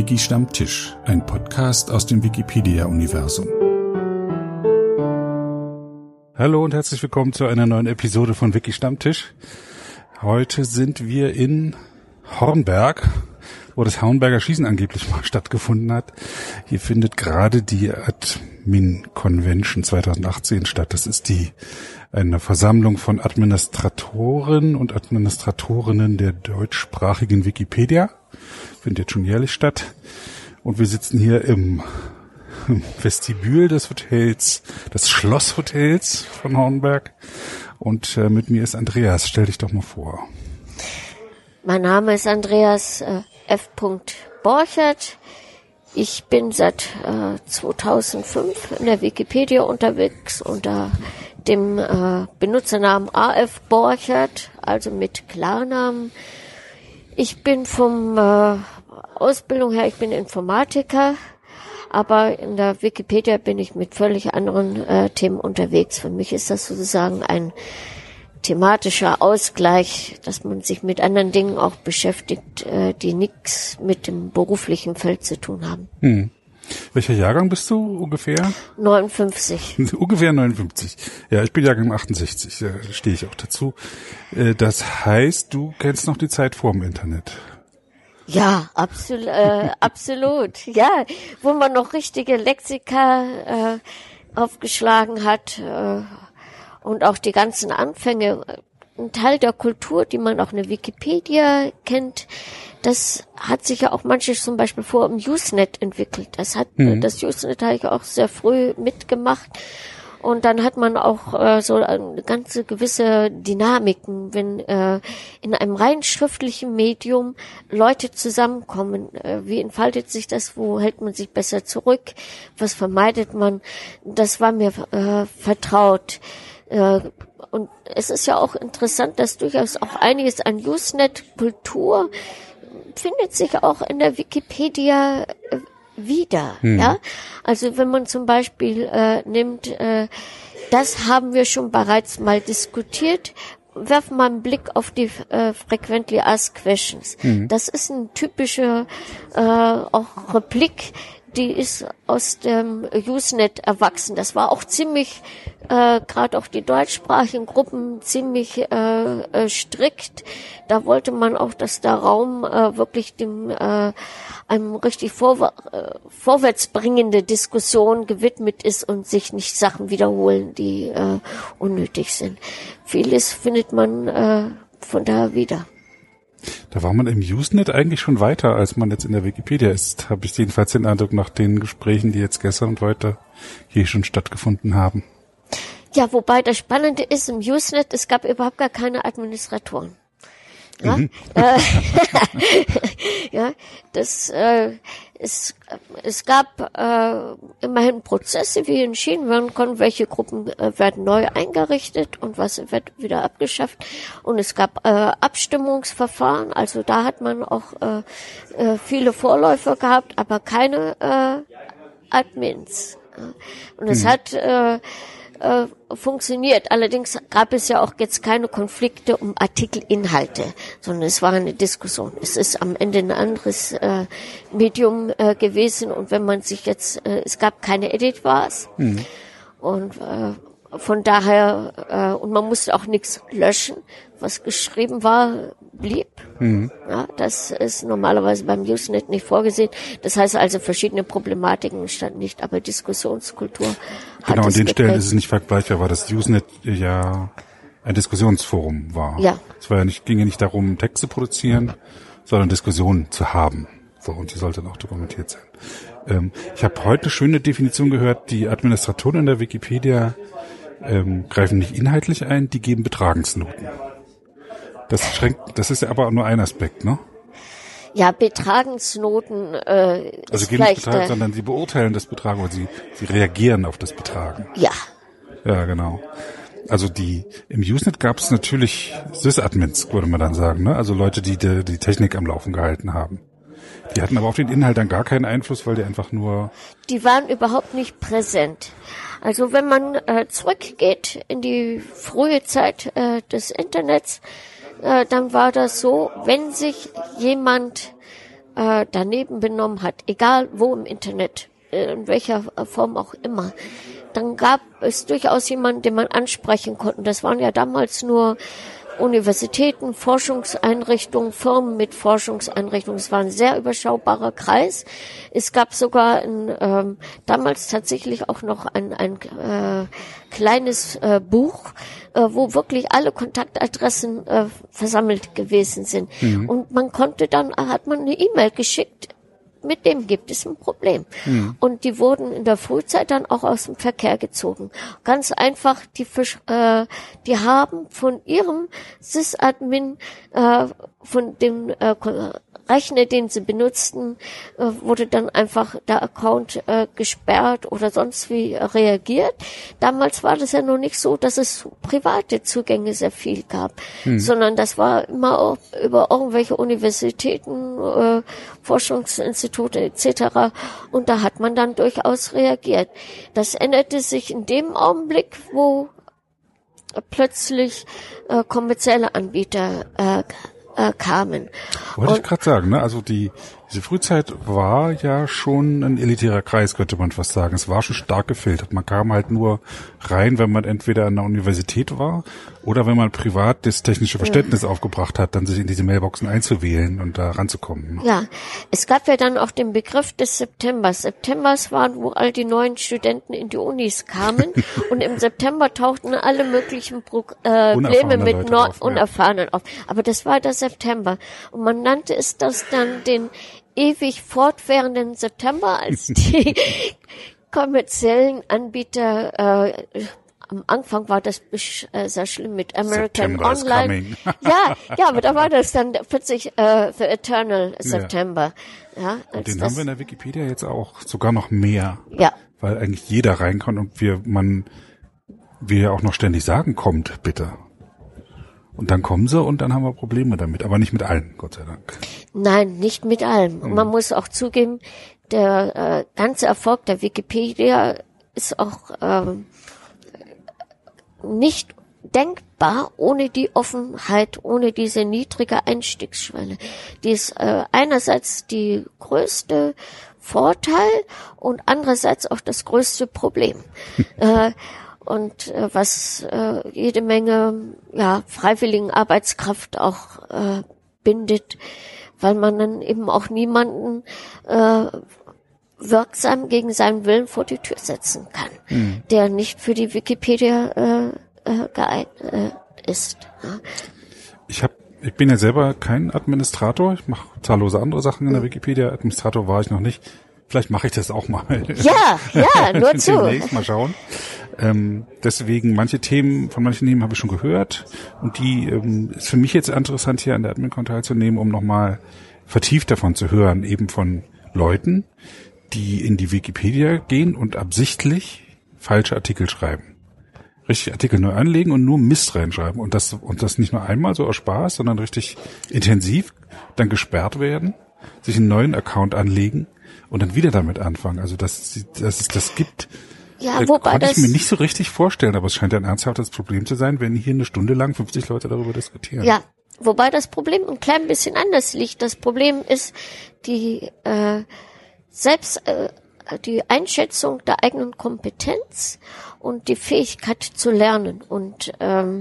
Wiki-Stammtisch, ein Podcast aus dem Wikipedia-Universum. Hallo und herzlich willkommen zu einer neuen Episode von Wiki-Stammtisch. Heute sind wir in Hornberg, wo das Hornberger Schießen angeblich mal stattgefunden hat. Hier findet gerade die Admin Convention 2018 statt. Das ist eine Versammlung von Administratoren und Administratorinnen der deutschsprachigen Wikipedia. Findet jetzt schon jährlich statt. Und wir sitzen hier im Vestibül des Hotels, des Schlosshotels von Hornberg. Und mit mir ist Andreas. Stell dich doch mal vor. Mein Name ist Andreas F. Borchert. Ich bin seit 2005 in der Wikipedia unterwegs unter dem Benutzernamen AF Borchert, also mit Klarnamen. Ich bin vom Ausbildung her, ich bin Informatiker, aber in der Wikipedia bin ich mit völlig anderen Themen unterwegs. Für mich ist das sozusagen ein thematischer Ausgleich, dass man sich mit anderen Dingen auch beschäftigt, die nichts mit dem beruflichen Feld zu tun haben. Welcher Jahrgang bist du ungefähr? 59. Ungefähr 59. Ja, ich bin Jahrgang 68, da stehe ich auch dazu. Das heißt, du kennst noch die Zeit vor dem Internet. Ja, absolut, absolut. Ja, wo man noch richtige Lexika aufgeschlagen hat und auch die ganzen Anfänge, ein Teil der Kultur, die man auch in der Wikipedia kennt, das hat sich ja auch manches zum Beispiel vor im Usenet entwickelt. Das Usenet habe ich auch sehr früh mitgemacht. Und dann hat man auch so eine ganze gewisse Dynamiken, wenn in einem rein schriftlichen Medium Leute zusammenkommen. Wie entfaltet sich das? Wo hält man sich besser zurück? Was vermeidet man? Das war mir vertraut. Und es ist ja auch interessant, dass durchaus auch einiges an Usenet-Kultur findet sich auch in der Wikipedia wieder. Ja, also wenn man zum Beispiel nimmt, das haben wir schon bereits mal diskutiert. Werfen mal einen Blick auf die Frequently Asked Questions. Das ist ein typischer auch Replik, die ist aus dem Usenet erwachsen. Das war auch ziemlich, gerade auch die deutschsprachigen Gruppen, ziemlich strikt. Da wollte man auch, dass der Raum wirklich einem richtig vorwärtsbringende Diskussion gewidmet ist und sich nicht Sachen wiederholen, die unnötig sind. Vieles findet man von da wieder. Da war man im Usenet eigentlich schon weiter, als man jetzt in der Wikipedia ist, habe ich jedenfalls den Eindruck nach den Gesprächen, die jetzt gestern und heute hier schon stattgefunden haben. Ja, wobei das Spannende ist, im Usenet, es gab überhaupt gar keine Administratoren. Ja, ja, es gab immerhin Prozesse, wie entschieden werden konnten, welche Gruppen werden neu eingerichtet und was wird wieder abgeschafft. Und es gab Abstimmungsverfahren, also da hat man auch viele Vorläufer gehabt, aber keine Admins. Und es hat funktioniert. Allerdings gab es ja auch jetzt keine Konflikte um Artikelinhalte, sondern es war eine Diskussion. Es ist am Ende ein anderes Medium gewesen und wenn man sich jetzt, es gab keine Editbars und von daher, und man musste auch nichts löschen, was geschrieben war, blieb. Ja, das ist normalerweise beim Usenet nicht vorgesehen. Das heißt also, verschiedene Problematiken standen nicht, aber Diskussionskultur hat genau, an den geprägt. Stellen ist es nicht vergleichbar, weil das Usenet ja ein Diskussionsforum war. Ja. Es ging ja nicht darum, Text zu produzieren, sondern Diskussionen zu haben. So, und die sollte dann auch dokumentiert sein. Ich habe heute eine schöne Definition gehört, die Administratoren in der Wikipedia greifen nicht inhaltlich ein, die geben Betragensnoten. Das ist ja aber nur ein Aspekt, ne? Ja, Betragensnoten also geben nicht Betragen, sondern sie beurteilen das Betragen, oder sie reagieren auf das Betragen. Ja. Ja, genau. Also im Usenet gab es natürlich Sysadmins, würde man dann sagen, ne? Also Leute, die Technik am Laufen gehalten haben. Die hatten aber auf den Inhalt dann gar keinen Einfluss, weil die einfach nur... Die waren überhaupt nicht präsent. Also wenn man zurückgeht in die frühe Zeit des Internets, dann war das so, wenn sich jemand daneben benommen hat, egal wo im Internet, in welcher Form auch immer, dann gab es durchaus jemanden, den man ansprechen konnte. Das waren ja damals nur Universitäten, Forschungseinrichtungen, Firmen mit Forschungseinrichtungen. Es war ein sehr überschaubarer Kreis. Es gab sogar damals tatsächlich auch noch ein kleines Buch, wo wirklich alle Kontaktadressen versammelt gewesen sind. Mhm. Und man konnte dann, hat man eine E-Mail geschickt, mit dem gibt es ein Problem. Mhm. Und die wurden in der Frühzeit dann auch aus dem Verkehr gezogen. Ganz einfach, die haben von ihrem Sysadmin, von dem Rechner, den sie benutzten, wurde dann einfach der Account gesperrt oder sonst wie reagiert. Damals war das ja noch nicht so, dass es private Zugänge sehr viel gab, sondern das war immer auch über irgendwelche Universitäten, Forschungsinstitute etc. Und da hat man dann durchaus reagiert. Das änderte sich in dem Augenblick, wo plötzlich kommerzielle Anbieter kamen. Wollte ich gerade sagen, ne? Also diese Frühzeit war ja schon ein elitärer Kreis, könnte man fast sagen. Es war schon stark gefiltert. Man kam halt nur rein, wenn man entweder an der Universität war oder wenn man privat das technische Verständnis aufgebracht hat, dann sich in diese Mailboxen einzuwählen und da ranzukommen. Ja, es gab ja dann auch den Begriff des Septembers. Septembers waren, wo all die neuen Studenten in die Unis kamen und im September tauchten alle möglichen Probleme mit Unerfahrenen auf. Aber das war der September. Und man nannte es das dann den ewig fortwährenden September, als die kommerziellen Anbieter, am Anfang war das sehr schlimm mit American September Online. Ja, aber da war das dann plötzlich The Eternal September. Ja, und den haben wir in der Wikipedia jetzt auch sogar noch mehr. Ja. Weil eigentlich jeder rein kann und wir ja auch noch ständig sagen, kommt bitte. Und dann kommen sie und dann haben wir Probleme damit, aber nicht mit allen, Gott sei Dank. Nein, nicht mit allem. Und man muss auch zugeben, der ganze Erfolg der Wikipedia ist auch nicht denkbar ohne die Offenheit, ohne diese niedrige Einstiegsschwelle. Die ist einerseits die größte Vorteil und andererseits auch das größte Problem. Und was jede Menge freiwilligen Arbeitskraft auch bindet, weil man dann eben auch niemanden wirksam gegen seinen Willen vor die Tür setzen kann, der nicht für die Wikipedia geeignet ist. Ich bin ja selber kein Administrator, ich mache zahllose andere Sachen in der Wikipedia, Administrator war ich noch nicht. Vielleicht mache ich das auch mal. Ja, nur zu. Mal schauen. Deswegen von manchen Themen habe ich schon gehört und die ist für mich jetzt interessant, hier an der Admin-Con teilzunehmen, um nochmal vertieft davon zu hören, eben von Leuten, die in die Wikipedia gehen und absichtlich falsche Artikel schreiben. Richtig Artikel neu anlegen und nur Mist reinschreiben und das nicht nur einmal so aus Spaß, sondern richtig intensiv, dann gesperrt werden, sich einen neuen Account anlegen und dann wieder damit anfangen. Also dass es das gibt, konnte ich mir nicht so richtig vorstellen, aber es scheint ein ernsthaftes Problem zu sein, wenn hier eine Stunde lang 50 Leute darüber diskutieren. Ja, wobei das Problem ein klein bisschen anders liegt. Das Problem ist die die Einschätzung der eigenen Kompetenz und die Fähigkeit zu lernen und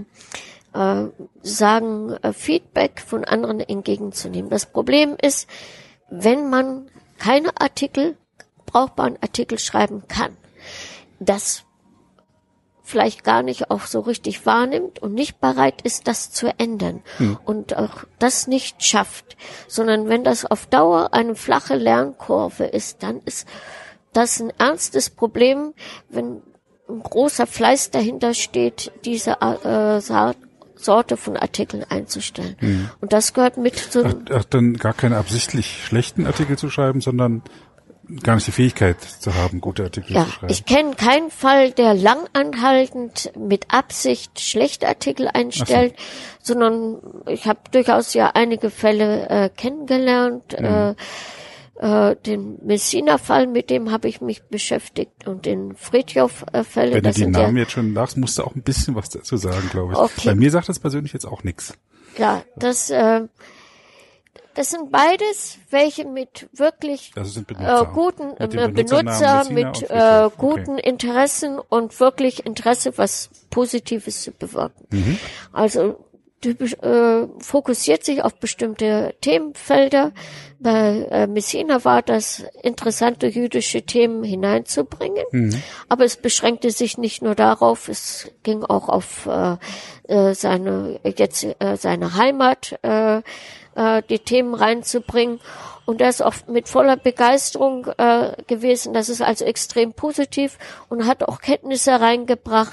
Feedback von anderen entgegenzunehmen. Das Problem ist, wenn man keine brauchbaren Artikel schreiben kann, das vielleicht gar nicht auch so richtig wahrnimmt und nicht bereit ist, das zu ändern und auch das nicht schafft, sondern wenn das auf Dauer eine flache Lernkurve ist, dann ist das ein ernstes Problem, wenn ein großer Fleiß dahinter steht, diese Sorte von Artikeln einzustellen. Und das gehört mit zu... Dann gar keine absichtlich schlechten Artikel zu schreiben, sondern gar nicht die Fähigkeit zu haben, gute Artikel zu schreiben. Ich kenne keinen Fall, der langanhaltend mit Absicht schlechte Artikel einstellt, sondern ich habe durchaus ja einige Fälle kennengelernt. Den Messina-Fall, mit dem habe ich mich beschäftigt und den Fridtjof-Fälle. Wenn du die Namen jetzt schon sagst, musst du auch ein bisschen was dazu sagen, glaube ich. Okay. Bei mir sagt das persönlich jetzt auch nichts. Ja, das Das sind beides welche mit wirklich sind Benutzer. Guten mit Benutzer mit guten Interessen und wirklich Interesse, was Positives zu bewirken. Also typisch fokussiert sich auf bestimmte Themenfelder. Bei Messina war das, interessante jüdische Themen hineinzubringen, aber es beschränkte sich nicht nur darauf, es ging auch auf seine Heimat, die Themen reinzubringen, und das auch mit voller Begeisterung gewesen. Das ist also extrem positiv und hat auch Kenntnisse reingebracht,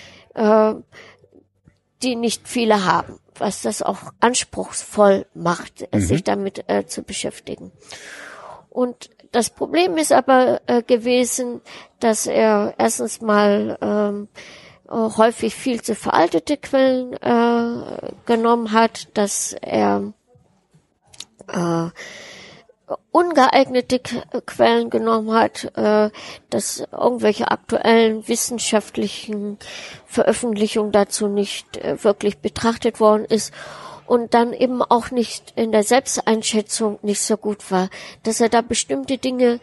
die nicht viele haben, was das auch anspruchsvoll macht, sich damit zu beschäftigen. Und das Problem ist aber gewesen, dass er erstens mal häufig viel zu veraltete Quellen genommen hat, dass er ungeeignete Quellen genommen hat, dass irgendwelche aktuellen wissenschaftlichen Veröffentlichungen dazu nicht wirklich betrachtet worden ist und dann eben auch nicht in der Selbsteinschätzung nicht so gut war, dass er da bestimmte Dinge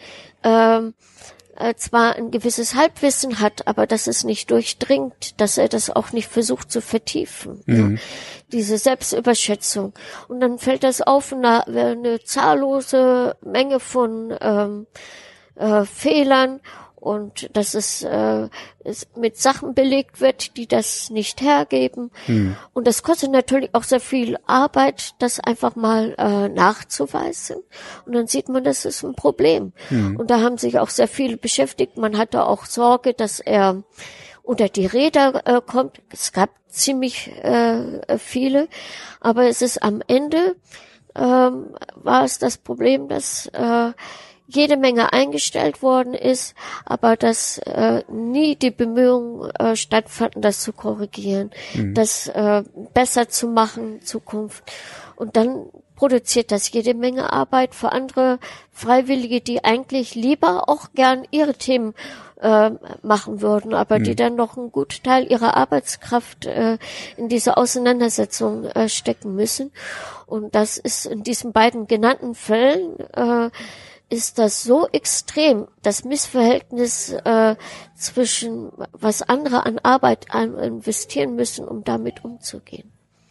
zwar ein gewisses Halbwissen hat, aber dass es nicht durchdringt, dass er das auch nicht versucht zu vertiefen, ja, diese Selbstüberschätzung. Und dann fällt das auf, eine zahllose Menge von Fehlern, und dass es mit Sachen belegt wird, die das nicht hergeben. Und das kostet natürlich auch sehr viel Arbeit, das einfach mal nachzuweisen. Und dann sieht man, das ist ein Problem. Und da haben sich auch sehr viele beschäftigt. Man hatte auch Sorge, dass er unter die Räder kommt. Es gab ziemlich viele, aber es ist am Ende war es das Problem, dass jede Menge eingestellt worden ist, aber dass nie die Bemühungen stattfanden, das zu korrigieren, das besser zu machen in Zukunft. Und dann produziert das jede Menge Arbeit für andere Freiwillige, die eigentlich lieber auch gern ihre Themen machen würden, aber die dann noch einen guten Teil ihrer Arbeitskraft in diese Auseinandersetzung stecken müssen. Und das ist in diesen beiden genannten Fällen ist das so extrem, das Missverhältnis zwischen was andere an Arbeit investieren müssen, um damit umzugehen.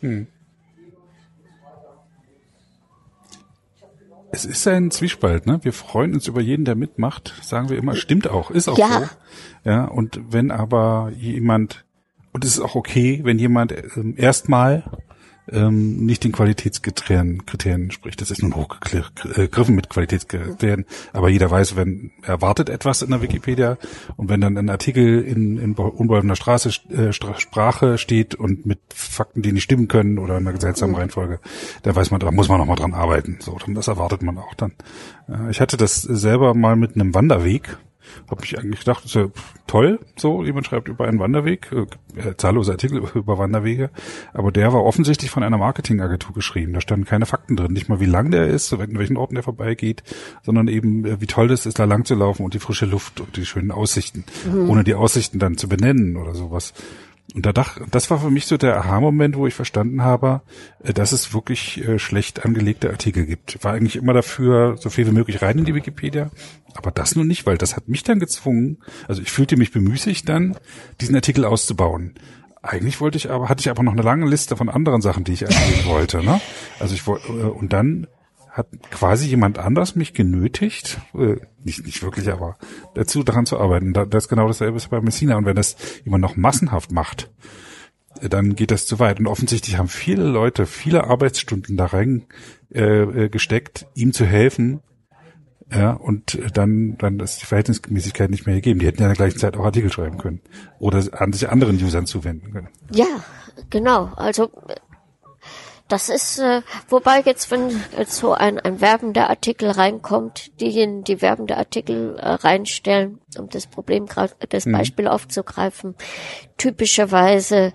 Es ist ein Zwiespalt, ne? Wir freuen uns über jeden, der mitmacht, sagen wir immer, stimmt auch, ist auch so. Ja, und wenn aber jemand, und es ist auch okay, wenn jemand erstmal nicht den Qualitätskriterien entspricht. Das ist nun hochgegriffen mit Qualitätskriterien, aber jeder weiß, wenn er erwartet etwas in der Wikipedia und wenn dann ein Artikel in unbeholfener Sprache steht und mit Fakten, die nicht stimmen können oder in einer seltsamen Reihenfolge, dann weiß man, da muss man noch mal dran arbeiten. So, das erwartet man auch dann. Ich hatte das selber mal mit einem Wanderweg. Habe ich eigentlich gedacht, ist ja toll, so, jemand schreibt über einen Wanderweg, zahllose Artikel über Wanderwege, aber der war offensichtlich von einer Marketingagentur geschrieben, da standen keine Fakten drin, nicht mal wie lang der ist, in welchen Orten der vorbeigeht, sondern eben, wie toll das ist, da lang zu laufen und die frische Luft und die schönen Aussichten, ohne die Aussichten dann zu benennen oder sowas. Und das war für mich so der Aha-Moment, wo ich verstanden habe, dass es wirklich schlecht angelegte Artikel gibt. Ich war eigentlich immer dafür, so viel wie möglich rein in die Wikipedia, aber das nun nicht, weil das hat mich dann gezwungen, also ich fühlte mich bemüßigt dann, diesen Artikel auszubauen. Eigentlich hatte ich aber noch eine lange Liste von anderen Sachen, die ich angehen wollte, ne? Also und dann hat quasi jemand anders mich genötigt, nicht wirklich, aber dazu daran zu arbeiten. Das ist genau dasselbe bei Messina. Und wenn das jemand noch massenhaft macht, dann geht das zu weit. Und offensichtlich haben viele Leute viele Arbeitsstunden da rein gesteckt, ihm zu helfen. Ja, und dann ist die Verhältnismäßigkeit nicht mehr gegeben. Die hätten ja in der gleichen Zeit auch Artikel schreiben können oder an sich anderen Usern zuwenden können. Ja, genau. Also das ist, wobei jetzt, wenn jetzt so ein werbender Artikel reinkommt, diejenigen, die werbende Artikel reinstellen, um das Problem, das Beispiel aufzugreifen, typischerweise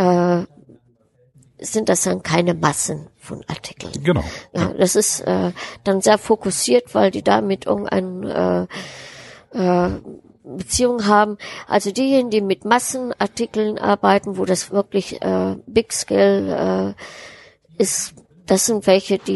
sind das dann keine Massen von Artikeln. Genau. Ja, das ist dann sehr fokussiert, weil die da mit irgendeinem Beziehung haben. Also diejenigen, die mit Massenartikeln arbeiten, wo das wirklich Big Scale ist, das sind welche, die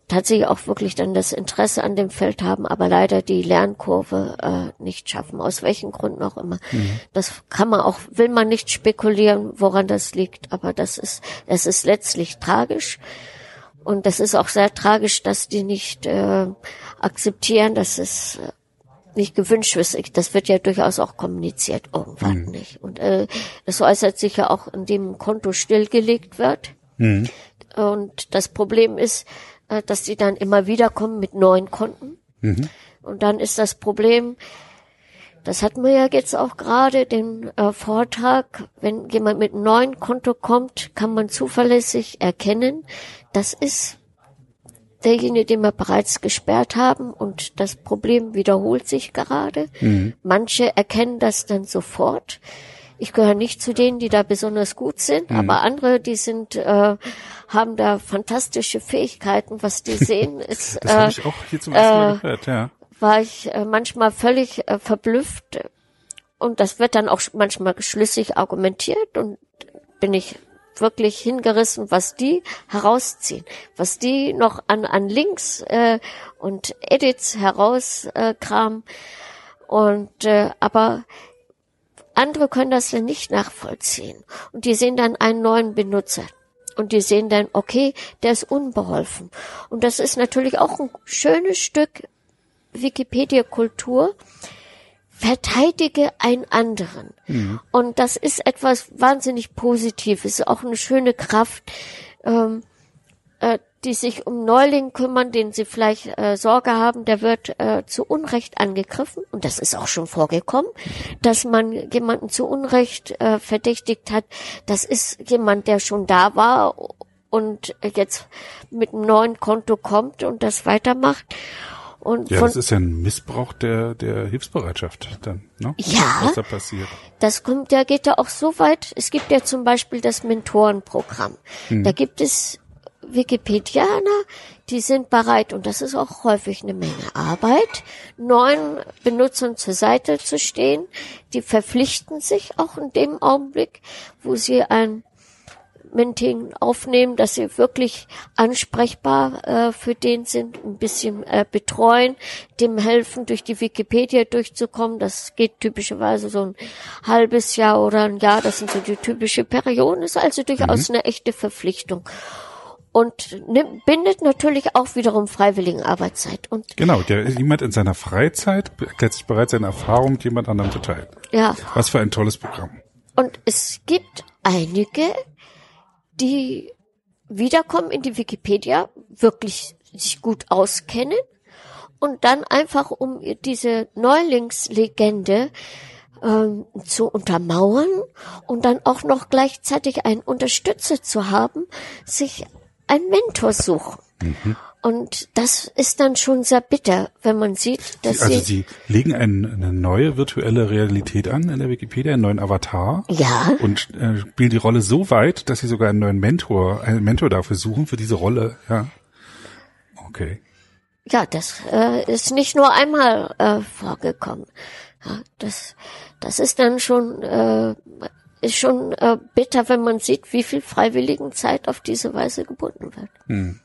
tatsächlich auch wirklich dann das Interesse an dem Feld haben, aber leider die Lernkurve nicht schaffen, aus welchen Gründen auch immer. Das kann man auch, will man nicht spekulieren, woran das liegt, aber es ist letztlich tragisch. Und das ist auch sehr tragisch, dass die nicht akzeptieren, dass es nicht gewünscht ist. Das wird ja durchaus auch kommuniziert irgendwann nicht. Und das äußert sich ja auch, indem ein Konto stillgelegt wird. Und das Problem ist, dass die dann immer wieder kommen mit neuen Konten. Und dann ist das Problem, das hatten wir ja jetzt auch gerade, den Vortrag, wenn jemand mit einem neuen Konto kommt, kann man zuverlässig erkennen, das ist derjenige, den wir bereits gesperrt haben, und das Problem wiederholt sich gerade. Manche erkennen das dann sofort. Ich gehöre nicht zu denen, die da besonders gut sind, aber andere, die sind, haben da fantastische Fähigkeiten, was die sehen. Ist, das habe ich auch hier zum ersten Mal gehört, ja. War ich manchmal völlig verblüfft, und das wird dann auch manchmal schlüssig argumentiert, und bin ich wirklich hingerissen, was die herausziehen, was die noch an Links und Edits herauskramen. Und aber andere können das dann nicht nachvollziehen. Und die sehen dann einen neuen Benutzer. Und die sehen dann, okay, der ist unbeholfen. Und das ist natürlich auch ein schönes Stück Wikipedia-Kultur. Verteidige einen anderen. Und das ist etwas wahnsinnig Positives, auch eine schöne Kraft, die sich um Neuling kümmern, den sie vielleicht Sorge haben, der wird zu Unrecht angegriffen. Und das ist auch schon vorgekommen, dass man jemanden zu Unrecht verdächtigt hat. Das ist jemand, der schon da war und jetzt mit einem neuen Konto kommt und das weitermacht. Und ja, das ist ja ein Missbrauch der Hilfsbereitschaft dann, ne? Ja, was da passiert. Das geht ja auch so weit. Es gibt ja zum Beispiel das Mentorenprogramm. Da gibt es Wikipedianer, die sind bereit, und das ist auch häufig eine Menge Arbeit, neuen Benutzern zur Seite zu stehen. Die verpflichten sich auch in dem Augenblick, wo sie ein Mentoring aufnehmen, dass sie wirklich ansprechbar für den sind, ein bisschen betreuen, dem helfen, durch die Wikipedia durchzukommen. Das geht typischerweise so ein halbes Jahr oder ein Jahr, das sind so die typische Perioden, ist also durchaus eine echte Verpflichtung. Und bindet natürlich auch wiederum Freiwilligenarbeitszeit. Und genau, jemand in seiner Freizeit erklärt sich bereit, seine Erfahrung mit jemand anderem zu teilen. Ja. Was für ein tolles Programm. Und es gibt einige, die wiederkommen in die Wikipedia, wirklich sich gut auskennen und dann einfach, um diese Neulingslegende zu untermauern und dann auch noch gleichzeitig einen Unterstützer zu haben, sich einen Mentor suchen. Und das ist dann schon sehr bitter, wenn man sieht, dass Sie legen eine neue virtuelle Realität an in der Wikipedia, einen neuen Avatar. Ja. Und spielen die Rolle so weit, dass Sie sogar einen Mentor dafür suchen, für diese Rolle. Ja. Okay. Ja, das ist nicht nur einmal vorgekommen. Ja, das ist dann schon bitter, wenn man sieht, wie viel Freiwilligenzeit auf diese Weise gebunden wird.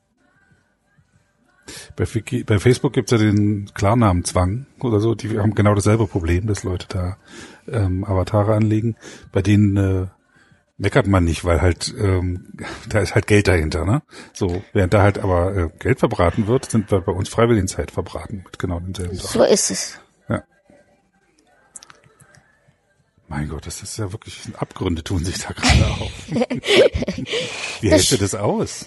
Bei Facebook gibt's ja den Klarnamenzwang oder so. Die haben genau dasselbe Problem, dass Leute da Avatare anlegen. Bei denen meckert man nicht, weil halt da ist halt Geld dahinter, ne? So, während da halt aber Geld verbraten wird, sind wir bei uns Freiwilligenzeit verbraten mit genau demselben Sachen. So ist es. Ja. Mein Gott, das ist ja wirklich, Abgründe tun sich da gerade auf. Wie hältst du das aus?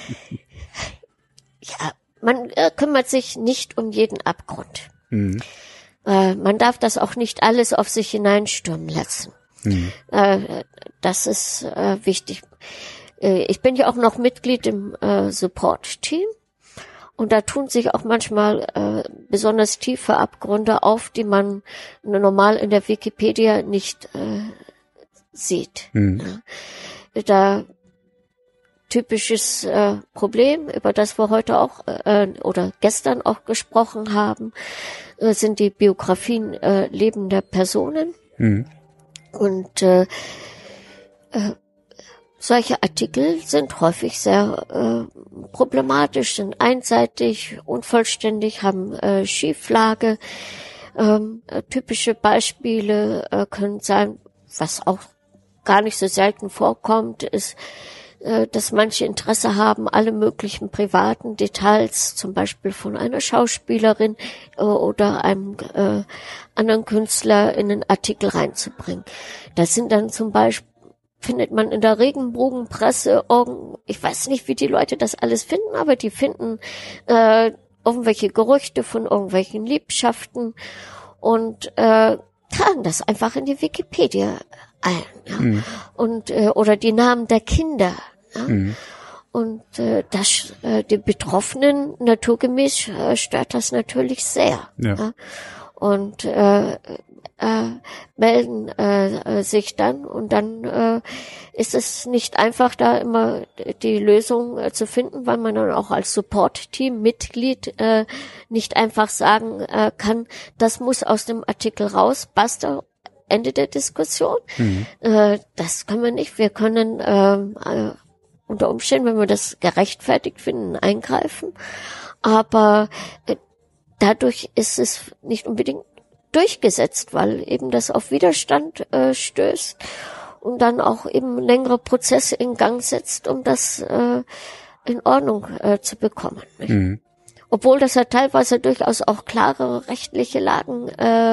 Ja, man kümmert sich nicht um jeden Abgrund. Man darf das auch nicht alles auf sich hineinstürmen lassen. Das ist wichtig. Ich bin ja auch noch Mitglied im Support-Team. Und da tun sich auch manchmal besonders tiefe Abgründe auf, die man normal in der Wikipedia nicht sieht. Ja. Da typisches Problem, über das wir heute auch oder gestern auch gesprochen haben, sind die Biografien lebender Personen. Und solche Artikel sind häufig sehr problematisch, sind einseitig, unvollständig, haben Schieflage. Typische Beispiele können sein, was auch gar nicht so selten vorkommt, ist, dass manche Interesse haben, alle möglichen privaten Details, zum Beispiel von einer Schauspielerin oder einem anderen Künstler in einen Artikel reinzubringen. Das sind dann zum Beispiel, findet man in der Regenbogenpresse, ich weiß nicht, wie die Leute das alles finden, aber die finden irgendwelche Gerüchte von irgendwelchen Liebschaften und tragen das einfach in die Wikipedia ein. Ja? Und oder die Namen der Kinder. Ja? Und die Betroffenen naturgemäß stört das natürlich sehr. Ja? Und melden sich dann und dann ist es nicht einfach, da immer die Lösung zu finden, weil man dann auch als Support-Team-Mitglied nicht einfach sagen kann, das muss aus dem Artikel raus, basta, Ende der Diskussion. Das können wir nicht. Wir können unter Umständen, wenn wir das gerechtfertigt finden, eingreifen, aber dadurch ist es nicht unbedingt durchgesetzt, weil eben das auf Widerstand stößt und dann auch eben längere Prozesse in Gang setzt, um das in Ordnung zu bekommen. Obwohl das ja teilweise durchaus auch klare rechtliche Lagen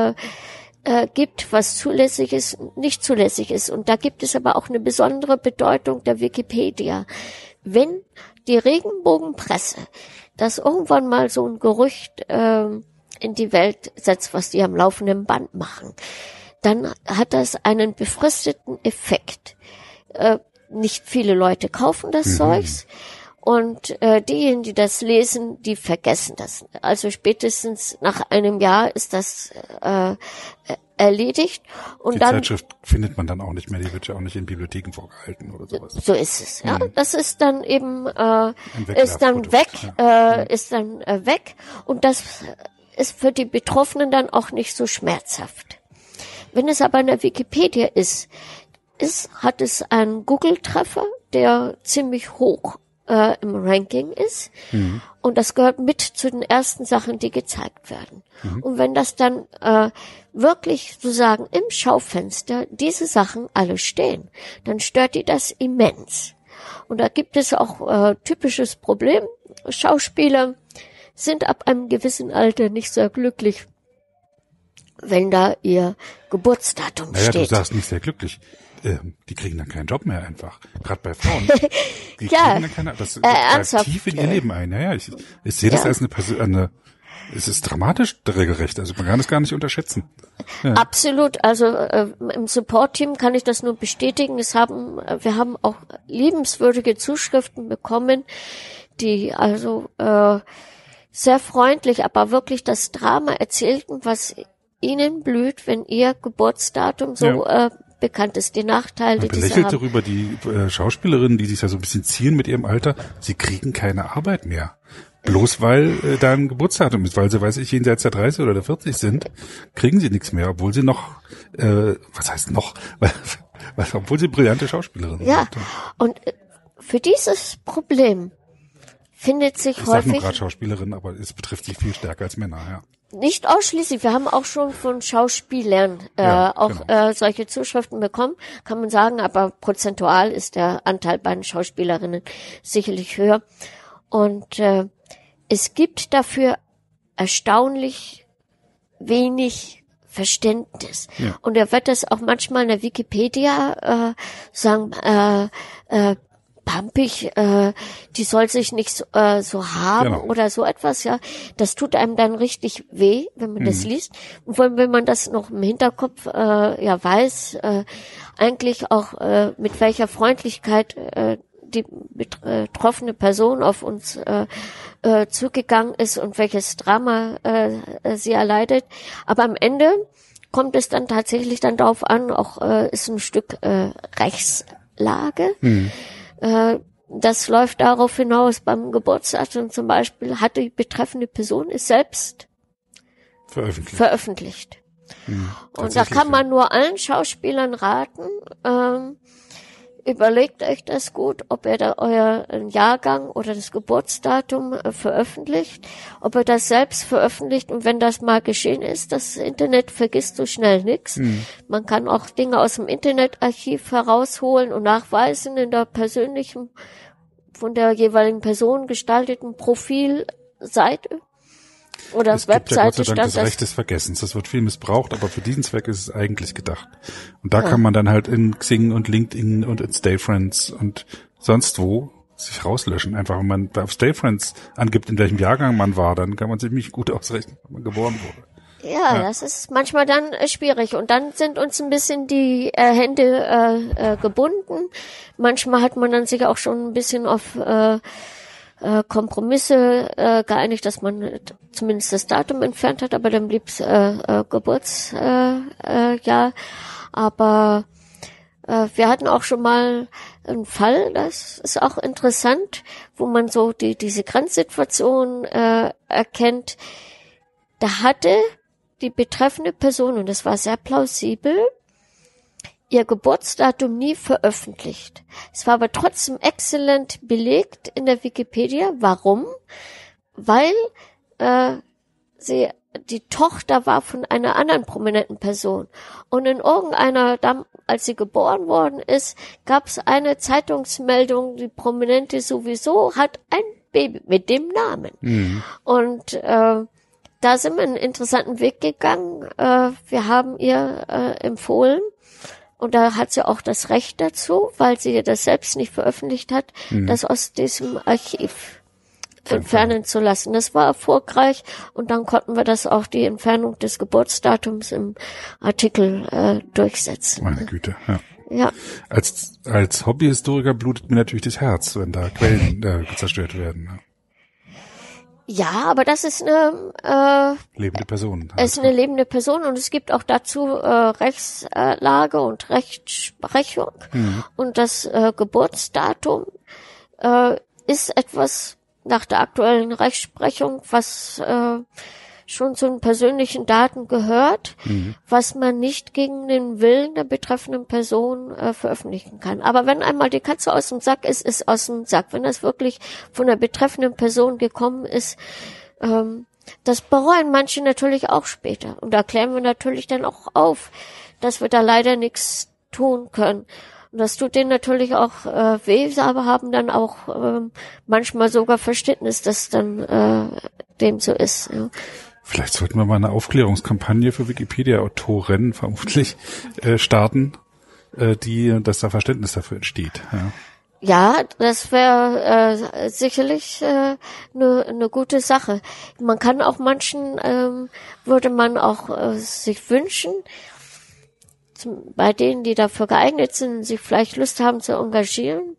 gibt, was zulässig ist, nicht zulässig ist. Und da gibt es aber auch eine besondere Bedeutung der Wikipedia. Wenn die Regenbogenpresse das irgendwann mal so ein Gerücht in die Welt setzt, was die am laufenden Band machen, dann hat das einen befristeten Effekt. Nicht viele Leute kaufen das Zeugs und diejenigen, die das lesen, die vergessen das. Also spätestens nach einem Jahr ist das erledigt. Und die dann, Zeitschrift findet man dann auch nicht mehr, die wird ja auch nicht in Bibliotheken vorgehalten oder sowas. So ist es, ja. Das ist dann eben, ist dann weg und das ist für die Betroffenen dann auch nicht so schmerzhaft. Wenn es aber in der Wikipedia hat es einen Google-Treffer, der ziemlich hoch im Ranking ist. Und das gehört mit zu den ersten Sachen, die gezeigt werden. Und wenn das dann wirklich sozusagen im Schaufenster diese Sachen alle stehen, dann stört die das immens. Und da gibt es auch typisches Problem. Schauspieler sind ab einem gewissen Alter nicht sehr glücklich, wenn da ihr Geburtsdatum steht. Du sagst nicht sehr glücklich. Die kriegen dann keinen Job mehr einfach. Gerade bei Frauen. Die kriegen dann keine, das greift tief in ihr Leben ein. Ja, ich sehe das als es ist dramatisch regelrecht. Also man kann es gar nicht unterschätzen. Ja. Absolut. Also im Support-Team kann ich das nur bestätigen. Wir haben auch liebenswürdige Zuschriften bekommen, die also sehr freundlich, aber wirklich das Drama erzählten, was ihnen blüht, wenn ihr Geburtsdatum so bekannt ist, die Nachteile, die sie haben. Darüber die Schauspielerinnen, die sich ja so ein bisschen zieren mit ihrem Alter, sie kriegen keine Arbeit mehr. Bloß weil da ein Geburtsdatum ist, weil sie, weiß ich, jenseits der 30 oder der 40 sind, kriegen sie nichts mehr, obwohl sie noch, was heißt noch, obwohl sie brillante Schauspielerinnen sind. Ja, und für dieses Problem findet sich häufig... Ich sag gerade Schauspielerinnen, aber es betrifft sich viel stärker als Männer, ja. Nicht ausschließlich. Wir haben auch schon von Schauspielern solche Zuschriften bekommen, kann man sagen, aber prozentual ist der Anteil bei den Schauspielerinnen sicherlich höher. Und es gibt dafür erstaunlich wenig Verständnis. Ja. Und da wird das auch manchmal in der Wikipedia sagen, pampig, die soll sich nicht so haben oder so etwas, ja. Das tut einem dann richtig weh, wenn man das liest. Und wenn man das noch im Hinterkopf weiß, eigentlich auch mit welcher Freundlichkeit die betroffene Person auf uns zugegangen ist und welches Drama sie erleidet. Aber am Ende kommt es dann tatsächlich dann darauf an, auch ist ein Stück Rechtslage. Das läuft darauf hinaus, beim Geburtsdatum zum Beispiel hat die betreffende Person es selbst veröffentlicht. Und da kann man nur allen Schauspielern raten, überlegt euch das gut, ob ihr da euren Jahrgang oder das Geburtsdatum veröffentlicht, ob ihr das selbst veröffentlicht, und wenn das mal geschehen ist, das Internet vergisst so schnell nichts. Man kann auch Dinge aus dem Internetarchiv herausholen und nachweisen in der persönlichen, von der jeweiligen Person gestalteten Profilseite. Oder es gibt ja Gott sei Webseite Dank das Recht des Vergessens. Das wird viel missbraucht, aber für diesen Zweck ist es eigentlich gedacht. Und da kann man dann halt in Xing und LinkedIn und in Stay Friends und sonst wo sich rauslöschen. Einfach, wenn man auf Stay Friends angibt, in welchem Jahrgang man war, dann kann man ziemlich gut ausrechnen, wann man geboren wurde. Ja, das ist manchmal dann schwierig. Und dann sind uns ein bisschen die Hände gebunden. Manchmal hat man dann sich auch schon ein bisschen auf Kompromisse geeinigt, dass man zumindest das Datum entfernt hat, aber dann blieb's Geburtsjahr. Aber wir hatten auch schon mal einen Fall, das ist auch interessant, wo man so diese Grenzsituation erkennt. Da hatte die betreffende Person, und das war sehr plausibel, ihr Geburtsdatum nie veröffentlicht. Es war aber trotzdem exzellent belegt in der Wikipedia. Warum? Weil sie die Tochter war von einer anderen prominenten Person. Und in irgendeiner, als sie geboren worden ist, gab es eine Zeitungsmeldung, die Prominente sowieso hat ein Baby mit dem Namen. Und da sind wir einen interessanten Weg gegangen. Wir haben ihr empfohlen, und da hat sie auch das Recht dazu, weil sie das selbst nicht veröffentlicht hat, das aus diesem Archiv entfernen zu lassen. Das war erfolgreich, und dann konnten wir das auch, die Entfernung des Geburtsdatums im Artikel durchsetzen. Meine Güte, ja. Ja. Als Hobbyhistoriker blutet mir natürlich das Herz, wenn da Quellen zerstört werden. Ja, aber das ist eine lebende Person. Es ist eine lebende Person, und es gibt auch dazu Rechtslage und Rechtsprechung. Und das Geburtsdatum ist etwas nach der aktuellen Rechtsprechung, was schon zu den persönlichen Daten gehört, was man nicht gegen den Willen der betreffenden Person veröffentlichen kann. Aber wenn einmal die Katze aus dem Sack ist, ist aus dem Sack. Wenn das wirklich von der betreffenden Person gekommen ist, das bereuen manche natürlich auch später. Und da klären wir natürlich dann auch auf, dass wir da leider nichts tun können. Und das tut denen natürlich auch weh, aber haben dann auch manchmal sogar Verständnis, dass dann dem so ist. Ja. Vielleicht sollten wir mal eine Aufklärungskampagne für Wikipedia-Autoren vermutlich starten, dass da Verständnis dafür entsteht. Ja, das wäre sicherlich eine gute Sache. Man kann auch manchen, würde man auch sich wünschen, bei denen, die dafür geeignet sind, sich vielleicht Lust haben zu engagieren,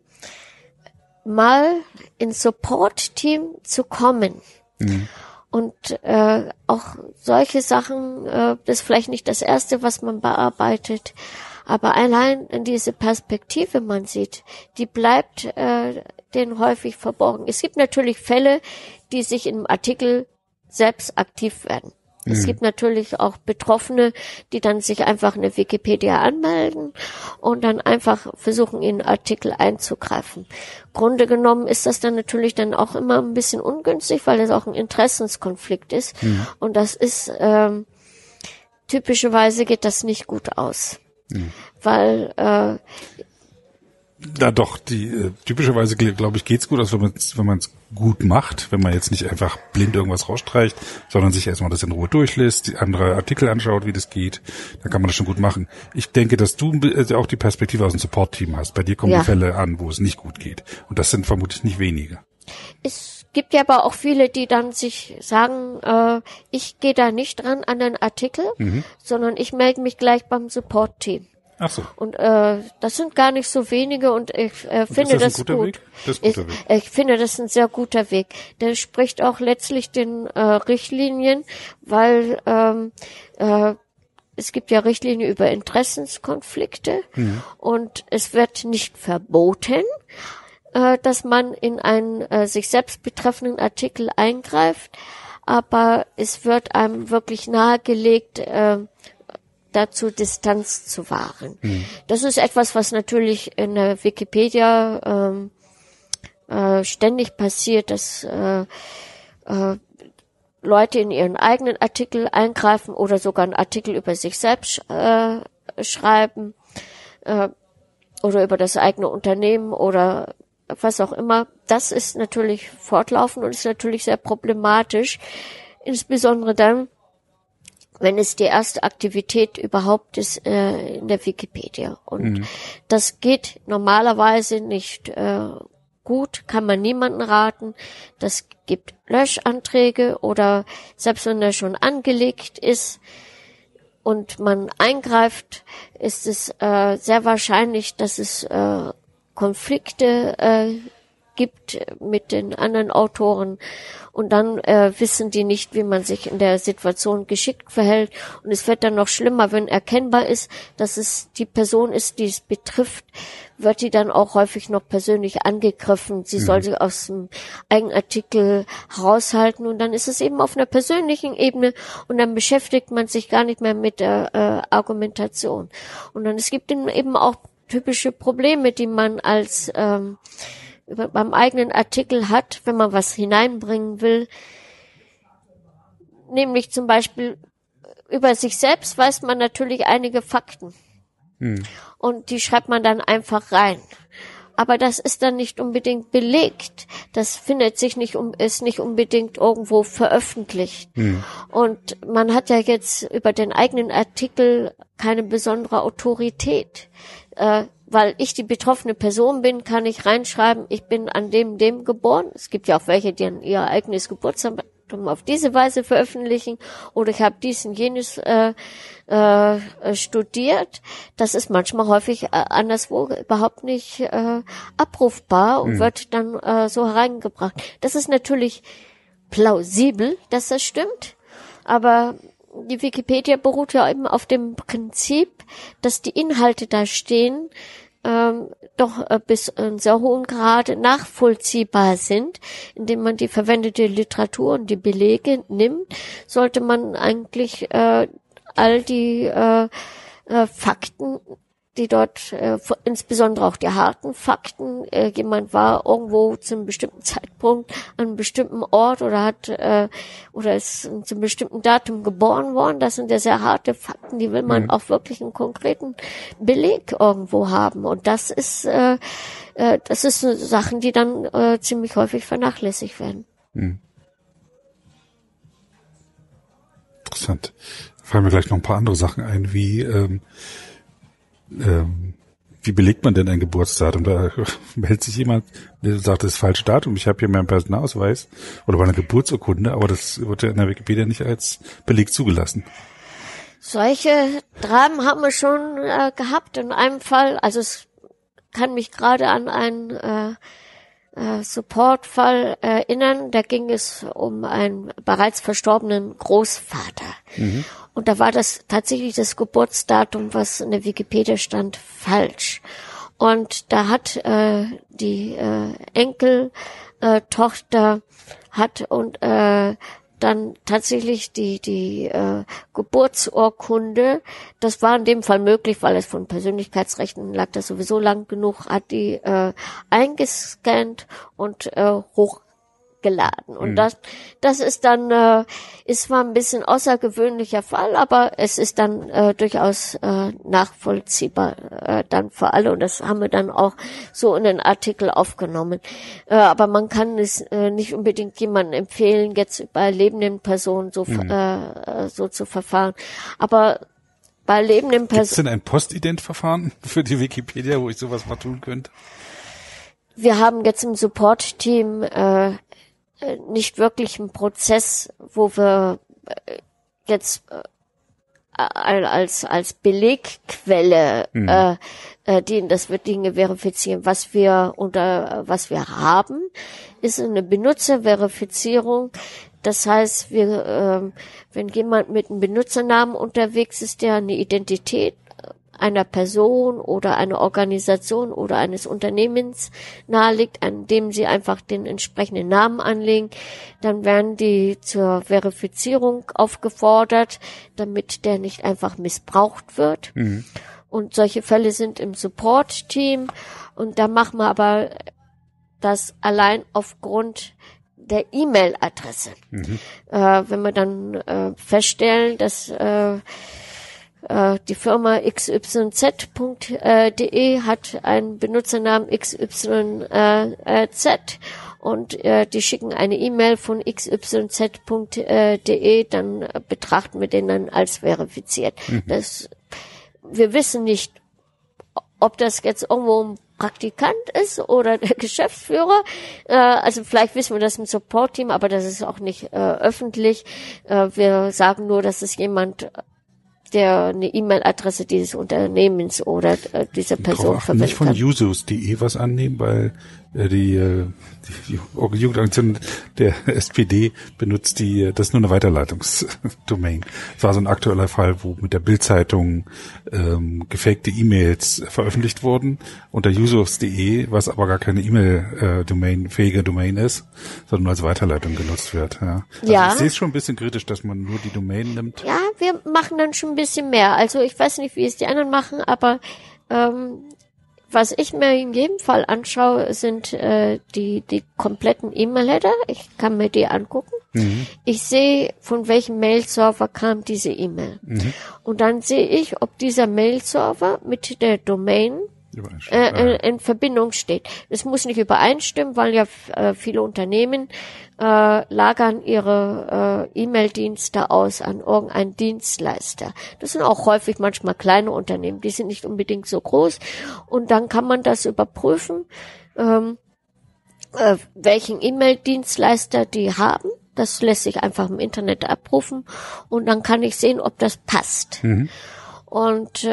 mal ins Support-Team zu kommen. Und auch solche Sachen, das ist vielleicht nicht das Erste, was man bearbeitet, aber allein in diese Perspektive man sieht, die bleibt denen häufig verborgen. Es gibt natürlich Fälle, die sich im Artikel selbst aktiv werden. Es gibt natürlich auch Betroffene, die dann sich einfach in der Wikipedia anmelden und dann einfach versuchen, in den Artikel einzugreifen. Grunde genommen ist das dann natürlich dann auch immer ein bisschen ungünstig, weil das auch ein Interessenskonflikt ist. Und das ist, typischerweise geht das nicht gut aus. Weil, ja doch, typischerweise, glaube ich, geht's gut aus, wenn man es gut macht, wenn man jetzt nicht einfach blind irgendwas rausstreicht, sondern sich erstmal das in Ruhe durchliest, die andere Artikel anschaut, wie das geht, dann kann man das schon gut machen. Ich denke, dass du auch die Perspektive aus dem Support-Team hast. Bei dir kommen die Fälle an, wo es nicht gut geht. Und das sind vermutlich nicht wenige. Es gibt ja aber auch viele, die dann sich sagen, ich gehe da nicht dran an den Artikel, sondern ich melde mich gleich beim Support-Team. Ach so. Und das sind gar nicht so wenige, und ich finde das gut. Weg? Das ist ein guter Weg. Ich finde das ein sehr guter Weg. Der spricht auch letztlich den Richtlinien, weil es gibt ja Richtlinien über Interessenskonflikte, und es wird nicht verboten, dass man in einen sich selbst betreffenden Artikel eingreift, aber es wird einem wirklich nahegelegt, dazu, Distanz zu wahren. Das ist etwas, was natürlich in der Wikipedia ständig passiert, dass Leute in ihren eigenen Artikel eingreifen oder sogar einen Artikel über sich selbst schreiben oder über das eigene Unternehmen oder was auch immer. Das ist natürlich fortlaufend und ist natürlich sehr problematisch, insbesondere dann, wenn es die erste Aktivität überhaupt ist in der Wikipedia. Und das geht normalerweise nicht gut, kann man niemandem raten. Das gibt Löschanträge oder selbst wenn er schon angelegt ist und man eingreift, ist es sehr wahrscheinlich, dass es Konflikte gibt mit den anderen Autoren und dann wissen die nicht, wie man sich in der Situation geschickt verhält und es wird dann noch schlimmer, wenn erkennbar ist, dass es die Person ist, die es betrifft, wird die dann auch häufig noch persönlich angegriffen. Sie soll sich aus dem eigenen Artikel heraushalten und dann ist es eben auf einer persönlichen Ebene und dann beschäftigt man sich gar nicht mehr mit der Argumentation. Und dann es gibt eben auch typische Probleme, die man als beim eigenen Artikel hat, wenn man was hineinbringen will. Nämlich zum Beispiel über sich selbst weiß man natürlich einige Fakten. Und die schreibt man dann einfach rein. Aber das ist dann nicht unbedingt belegt. Das findet sich ist nicht unbedingt irgendwo veröffentlicht. Und man hat ja jetzt über den eigenen Artikel keine besondere Autorität. Weil ich die betroffene Person bin, kann ich reinschreiben, ich bin an dem geboren. Es gibt ja auch welche, die ihr eigenes Geburtsdatum auf diese Weise veröffentlichen. Oder ich habe dies und jenes studiert. Das ist manchmal häufig anderswo überhaupt nicht abrufbar und wird dann so hereingebracht. Das ist natürlich plausibel, dass das stimmt, aber die Wikipedia beruht ja eben auf dem Prinzip, dass die Inhalte da stehen, doch bis in sehr hohem Grade nachvollziehbar sind, indem man die verwendete Literatur und die Belege nimmt, sollte man eigentlich all die Fakten, die dort, insbesondere auch die harten Fakten, jemand war irgendwo zu einem bestimmten Zeitpunkt an einem bestimmten Ort oder oder ist zu einem bestimmten Datum geboren worden. Das sind ja sehr harte Fakten, die will man auch wirklich einen konkreten Beleg irgendwo haben. Und das ist Sachen, die dann ziemlich häufig vernachlässigt werden. Interessant. Fallen mir gleich noch ein paar andere Sachen ein, wie belegt man denn ein Geburtsdatum? Da meldet sich jemand, der sagt, das ist das falsche Datum, ich habe hier meinen Personalausweis oder meine Geburtsurkunde, aber das wird ja in der Wikipedia nicht als Beleg zugelassen. Solche Dramen haben wir schon gehabt. In einem Fall, also es kann mich gerade an einen Supportfall erinnern, da ging es um einen bereits verstorbenen Großvater. Und da war das tatsächlich das Geburtsdatum, was in der Wikipedia stand, falsch. Und da hat die Enkeltochter dann tatsächlich die Geburtsurkunde, das war in dem Fall möglich, weil es von Persönlichkeitsrechten lag, das sowieso lang genug, hat die eingescannt und hochgeladen. Und das ist dann, ist zwar ein bisschen außergewöhnlicher Fall, aber es ist dann durchaus nachvollziehbar dann für alle und das haben wir dann auch so in den Artikel aufgenommen. Aber man kann es nicht unbedingt jemandem empfehlen, jetzt bei lebenden Personen so zu verfahren. Aber bei lebenden Personen... Gibt es denn ein Postident-Verfahren für die Wikipedia, wo ich sowas mal tun könnte? Wir haben jetzt im Support-Team nicht wirklich einen Prozess, wo wir jetzt als Belegquelle das wird Dinge verifizieren. Was wir haben, ist eine Benutzerverifizierung. Das heißt, wenn jemand mit einem Benutzernamen unterwegs ist, der eine Identität einer Person oder einer Organisation oder eines Unternehmens naheliegt, an dem Sie einfach den entsprechenden Namen anlegen, dann werden die zur Verifizierung aufgefordert, damit der nicht einfach missbraucht wird. Mhm. Und solche Fälle sind im Support-Team und da machen wir aber das allein aufgrund der E-Mail-Adresse. Mhm. Wenn wir dann feststellen, dass die Firma xyz.de hat einen Benutzernamen xyz und die schicken eine E-Mail von xyz.de, dann betrachten wir den dann als verifiziert. Mhm. Wir wissen nicht, ob das jetzt irgendwo ein Praktikant ist oder der Geschäftsführer. Also vielleicht wissen wir das im Support-Team, aber das ist auch nicht öffentlich. Wir sagen nur, dass es jemand, der eine E-Mail-Adresse dieses Unternehmens oder dieser Person verwendet. Nicht von usus.de was annehmen, weil die Jugendaktion der SPD benutzt das ist nur eine Weiterleitungsdomain. Es war so ein aktueller Fall, wo mit der Bild-Zeitung gefakte E-Mails veröffentlicht wurden unter usus.de, was aber gar keine fähige Domain ist, sondern als Weiterleitung genutzt wird. Ja. Also ich sehe es schon ein bisschen kritisch, dass man nur die Domain nimmt. Ja, wir machen dann schon ein bisschen mehr. Also ich weiß nicht, wie es die anderen machen, aber was ich mir in jedem Fall anschaue, sind die kompletten E-Mail-Header. Ich kann mir die angucken. Mhm. Ich sehe, von welchem Mail-Server kam diese E-Mail. Mhm. Und dann sehe ich, ob dieser Mail-Server mit der Domain in Verbindung steht. Es muss nicht übereinstimmen, weil ja viele Unternehmen lagern ihre E-Mail-Dienste aus an irgendeinen Dienstleister. Das sind auch häufig manchmal kleine Unternehmen, die sind nicht unbedingt so groß. Und dann kann man das überprüfen, welchen E-Mail-Dienstleister die haben. Das lässt sich einfach im Internet abrufen und dann kann ich sehen, ob das passt. Mhm. Und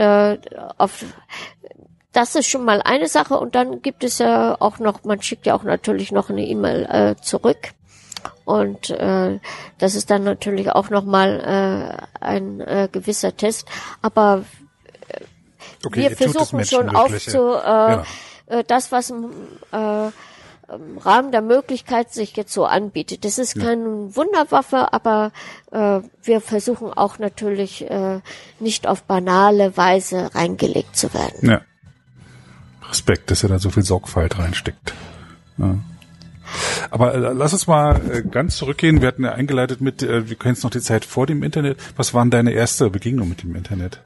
das ist schon mal eine Sache und dann gibt es ja auch noch, man schickt ja auch natürlich noch eine E-Mail zurück und das ist dann natürlich auch nochmal ein gewisser Test, aber wir versuchen schon das, was im Rahmen der Möglichkeit sich jetzt so anbietet. Das ist keine Wunderwaffe, aber wir versuchen auch natürlich nicht auf banale Weise reingelegt zu werden. Ja. Respekt, dass er da so viel Sorgfalt reinsteckt. Ja. Aber lass uns mal ganz zurückgehen. Wir hatten ja eingeleitet mit, wir kennen jetzt noch die Zeit vor dem Internet. Was waren deine erste Begegnung mit dem Internet?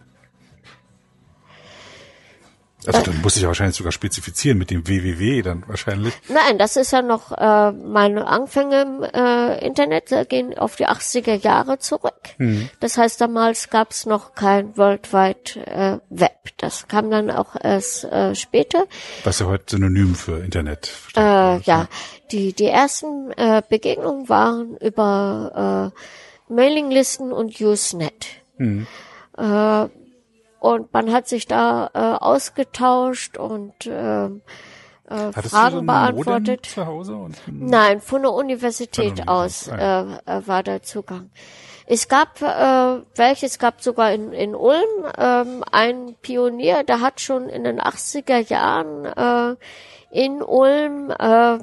Also dann muss ich ja wahrscheinlich sogar spezifizieren mit dem www dann wahrscheinlich. Nein, das ist ja noch meine Anfänge im Internet, gehen auf die 80er Jahre zurück. Mhm. Das heißt, damals gab es noch kein World Wide Web. Das kam dann auch erst später. Was ja heute Synonym für Internet ist. Ja, die ersten Begegnungen waren über Mailinglisten und Usenet. Mhm. Und man hat sich da ausgetauscht und Fragen beantwortet. Zu Hause Nein, von der Universität aus war der Zugang. Es gab es gab sogar in Ulm einen Pionier, der hat schon in den 80er Jahren in Ulm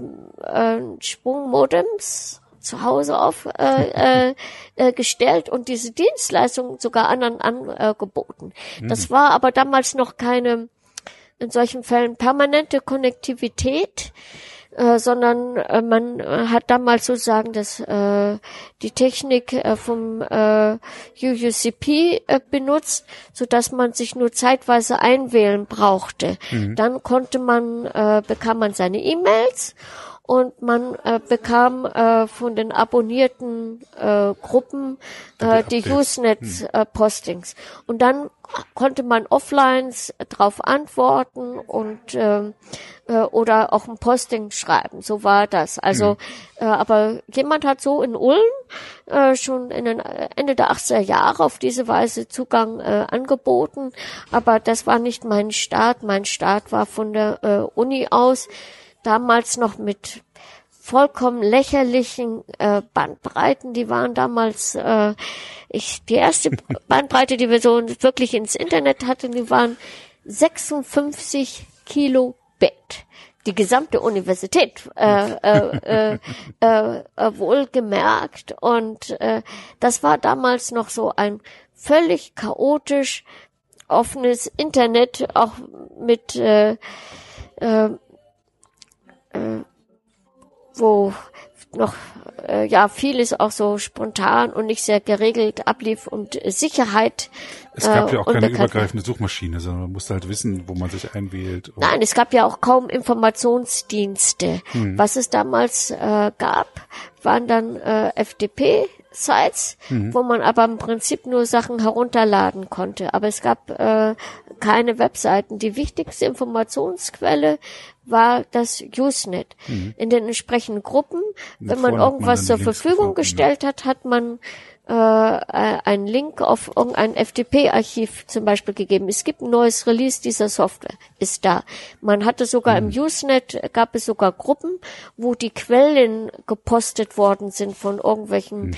Sprungmodems zu Hause aufgestellt und diese Dienstleistung sogar anderen angeboten. Das war aber damals noch keine, in solchen Fällen, permanente Konnektivität, sondern man hat damals sozusagen die Technik vom UUCP benutzt, so dass man sich nur zeitweise einwählen brauchte. Mhm. Dann bekam man seine E-Mails und man bekam von den abonnierten Gruppen die Usenet-Postings. Und dann konnte man offline drauf antworten und oder auch ein Posting schreiben. So war das. Also, aber jemand hat so in Ulm schon in den Ende der 80er Jahre auf diese Weise Zugang angeboten. Aber das war nicht mein Start. Mein Start war von der Uni aus. Damals noch mit vollkommen lächerlichen Bandbreiten. Die waren damals, die erste Bandbreite, die wir so wirklich ins Internet hatten, die waren 56 Kilobit. Die gesamte Universität wohlgemerkt. Und das war damals noch so ein völlig chaotisch offenes Internet, auch mit wo noch vieles auch so spontan und nicht sehr geregelt ablief und Sicherheit. Es gab ja auch keine übergreifende Suchmaschine, sondern man musste halt wissen, wo man sich einwählt. Nein, es gab ja auch kaum Informationsdienste. Was es damals gab, waren dann FTP-Sites, wo man aber im Prinzip nur Sachen herunterladen konnte. Aber es gab keine Webseiten. Die wichtigste Informationsquelle war das Usenet. In den entsprechenden Gruppen, wenn man irgendwas zur Verfügung gestellt hat, hat man einen Link auf irgendein FTP-Archiv zum Beispiel gegeben. Es gibt ein neues Release dieser Software, ist da. Man hatte sogar im Usenet, gab es sogar Gruppen, wo die Quellen gepostet worden sind von irgendwelchen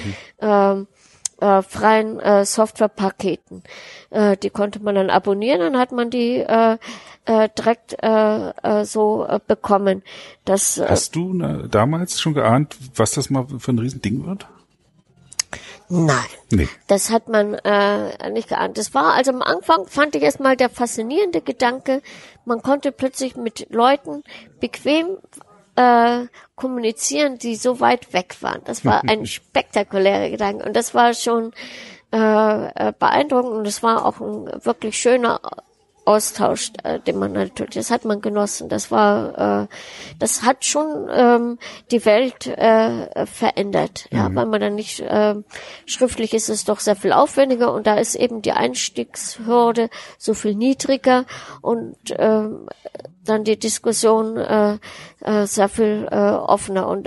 freien Softwarepaketen. Die konnte man dann abonnieren, dann hat man die direkt bekommen. Hast du damals schon geahnt, was das mal für ein Riesending wird? Nein, nee. Das hat man nicht geahnt. Das war also am Anfang, fand ich erstmal der faszinierende Gedanke, man konnte plötzlich mit Leuten bequem kommunizieren, die so weit weg waren. Das war ein spektakulärer Gedanke und das war schon beeindruckend und es war auch ein wirklich schöner Austausch, den man natürlich, das hat man genossen. Das hat schon die Welt verändert, ja, weil man dann nicht schriftlich ist es doch sehr viel aufwendiger und da ist eben die Einstiegshürde so viel niedriger und dann die Diskussion sehr viel offener und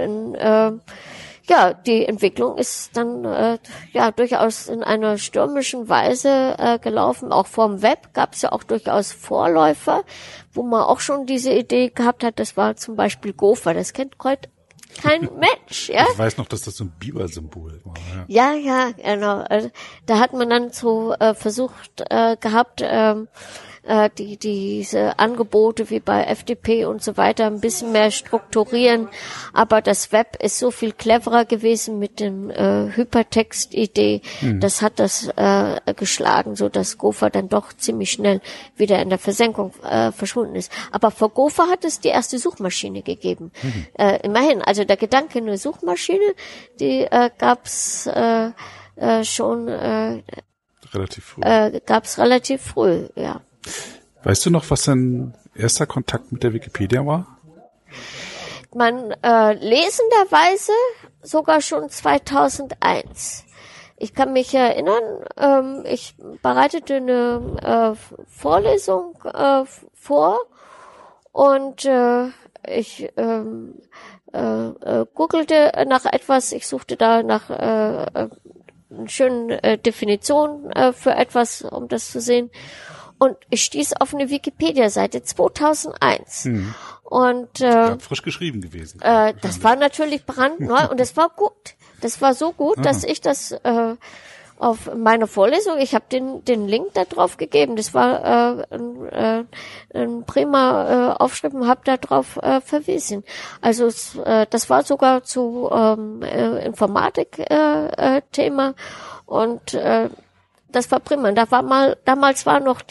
die Entwicklung ist dann durchaus in einer stürmischen Weise gelaufen. Auch vom Web gab es ja auch durchaus Vorläufer, wo man auch schon diese Idee gehabt hat. Das war zum Beispiel Gopher. Das kennt heute kein Mensch. Ja? Ich weiß noch, dass das so ein Biber-Symbol war. Ja, genau. Also, da hat man dann so versucht gehabt, diese Angebote wie bei FTP und so weiter ein bisschen mehr strukturieren, aber das Web ist so viel cleverer gewesen mit dem Hypertext-Idee, das hat das geschlagen, so dass Gopher dann doch ziemlich schnell wieder in der Versenkung verschwunden ist. Aber vor Gopher hat es die erste Suchmaschine gegeben. Immerhin, also der Gedanke eine Suchmaschine, die gab's schon relativ früh. Gab's relativ früh, ja. Weißt du noch, was dein erster Kontakt mit der Wikipedia war? Lesenderweise sogar schon 2001. Ich kann mich erinnern, ich bereitete eine Vorlesung vor und ich googelte nach etwas, ich suchte da nach einer schönen Definition für etwas, um das zu sehen. Und ich stieß auf eine Wikipedia-Seite 2001. Und frisch geschrieben gewesen. das war natürlich brandneu und das war gut. Das war so gut, dass ich das auf meiner Vorlesung, ich habe den Link da drauf gegeben. Das war ein prima Aufschrift und habe da drauf verwiesen. Also das war sogar zu Informatik-Thema und das war prima. Damals war noch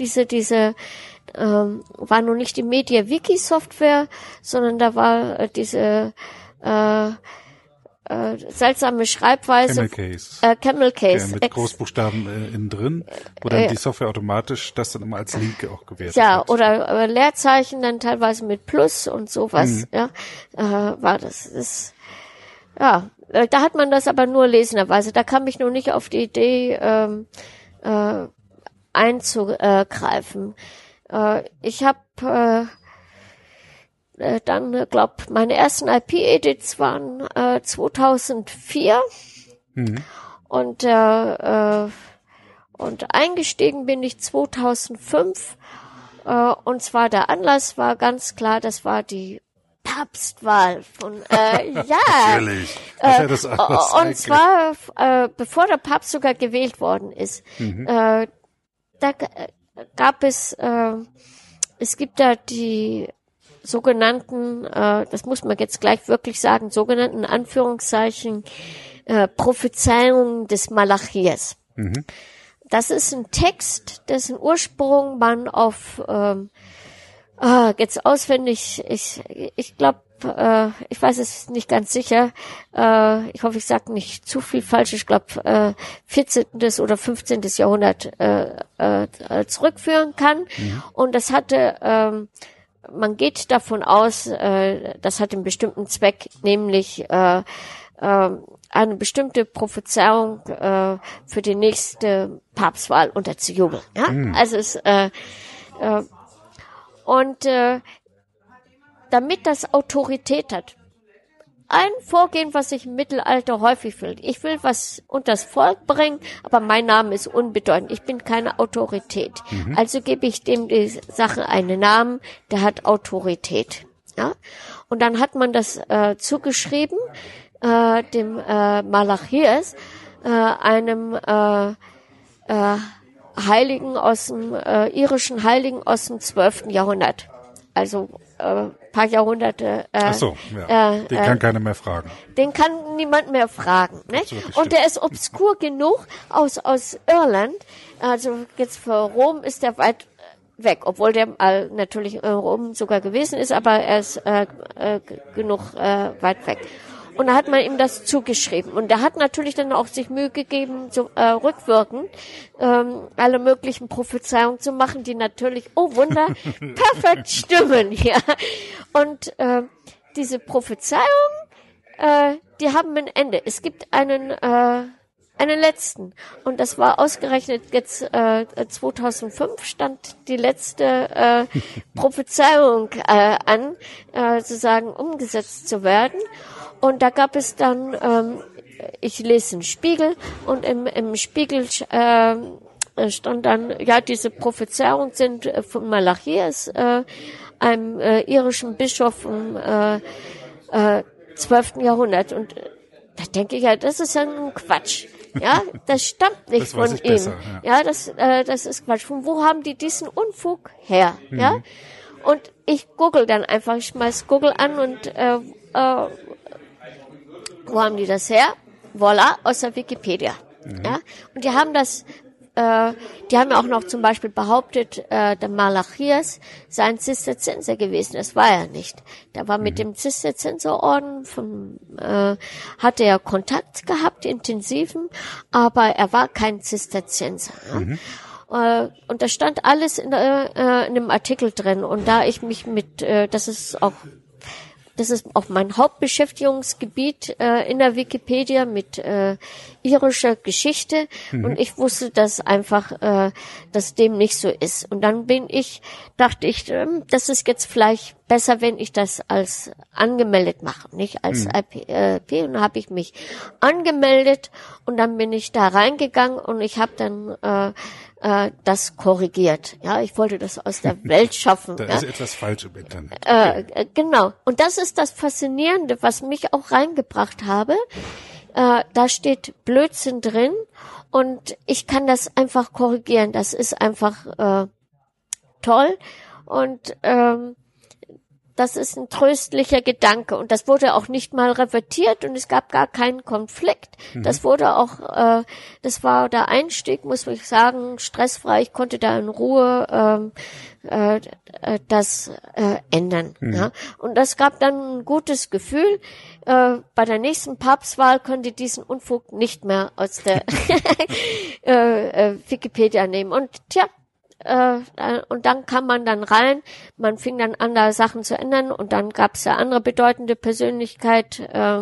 war noch nicht die MediaWiki-Software, sondern da war diese seltsame Schreibweise. Camel Case. Mit Großbuchstaben innen drin, wo dann die Software automatisch das dann immer als Link auch gewertet hat. Ja, oder Leerzeichen dann teilweise mit Plus und sowas, war das. Da hat man das aber nur lesenderweise. Da kam ich noch nicht auf die Idee, einzugreifen. Ich habe dann, meine ersten IP-Edits waren 2004 und eingestiegen bin ich 2005 und zwar der Anlass war ganz klar, das war die Papstwahl von, ja. Natürlich. Was ja das alles und eigentlich? zwar, bevor der Papst sogar gewählt worden ist, da gab es gibt da die sogenannten, das muss man jetzt gleich wirklich sagen, sogenannten Anführungszeichen, Prophezeiungen des Malachias. Das ist ein Text, dessen Ursprung man auf, jetzt auswendig, ich glaube, ich weiß es nicht ganz sicher, ich hoffe, ich sage nicht zu viel falsch, ich glaube 14. oder 15. Jahrhundert zurückführen kann. Und das hatte, man geht davon aus, das hat einen bestimmten Zweck, nämlich eine bestimmte Prophezeiung für die nächste Papstwahl unterzujubeln. Ja? Also es damit das Autorität hat. Ein Vorgehen, was ich im Mittelalter häufig will. Ich will was unters Volk bringen, aber mein Name ist unbedeutend. Ich bin keine Autorität. Also gebe ich dem die Sache einen Namen, der hat Autorität. Ja? Und dann hat man das zugeschrieben, dem Malachias, einem Heiligen aus dem irischen Heiligen aus dem 12. Jahrhundert. Also paar Jahrhunderte. Ach so, ja. Den kann keiner mehr fragen. Den kann niemand mehr fragen. Ne? Und der ist obskur genug aus Irland. Also jetzt für Rom ist der weit weg, obwohl der natürlich in Rom sogar gewesen ist, aber er ist genug weit weg. Und da hat man ihm das zugeschrieben. Und er hat natürlich dann auch sich Mühe gegeben, so rückwirkend alle möglichen Prophezeiungen zu machen, die natürlich, oh Wunder, perfekt stimmen. Ja. Und diese Prophezeiungen, die haben ein Ende. Es gibt einen letzten. Und das war ausgerechnet jetzt 2005 stand die letzte Prophezeiung an, sozusagen umgesetzt zu werden. Und da gab es dann, ich lese einen Spiegel und im Spiegel stand dann, ja, diese Prophezeiungen sind von Malachias, einem irischen Bischof im 12. Jahrhundert. Und da denke ich ja, das ist ja ein Quatsch. Ja, das stammt nicht von ihm. Besser, ja, das ist Quatsch. Von wo haben die diesen Unfug her? Ja, und ich google dann einfach, ich schmeiß Google an und wo haben die das her? Voilà, aus der Wikipedia. Ja, und die haben das, die haben ja auch noch zum Beispiel behauptet, der Malachias sei ein Zisterzienser gewesen. Das war er nicht. Der war mit dem Zisterzienserorden hatte er Kontakt gehabt, intensiven, aber er war kein Zisterzienser. Ja? Und da stand alles in einem Artikel drin. Und da ich mich das ist auch mein Hauptbeschäftigungsgebiet in der Wikipedia mit irischer Geschichte. Und ich wusste, dass einfach, dass dem nicht so ist. Und dann dachte ich, das ist jetzt vielleicht besser, wenn ich das als angemeldet mache, nicht als IP. Und dann habe ich mich angemeldet und dann bin ich da reingegangen und ich habe dann das korrigiert. Ja, ich wollte das aus der Welt schaffen. Da ist etwas falsch im Internet. Genau. Und das ist das Faszinierende, was mich auch reingebracht habe. Da steht Blödsinn drin und ich kann das einfach korrigieren. Das ist einfach toll und das ist ein tröstlicher Gedanke und das wurde auch nicht mal revertiert und es gab gar keinen Konflikt. Das wurde auch, das war der Einstieg, muss ich sagen, stressfrei. Ich konnte da in Ruhe das ändern. Ja. Und das gab dann ein gutes Gefühl. Bei der nächsten Papstwahl konnte diesen Unfug nicht mehr aus der Wikipedia nehmen. Und tja, und dann kam man dann rein, man fing dann an, da Sachen zu ändern und dann gab es ja andere bedeutende Persönlichkeit,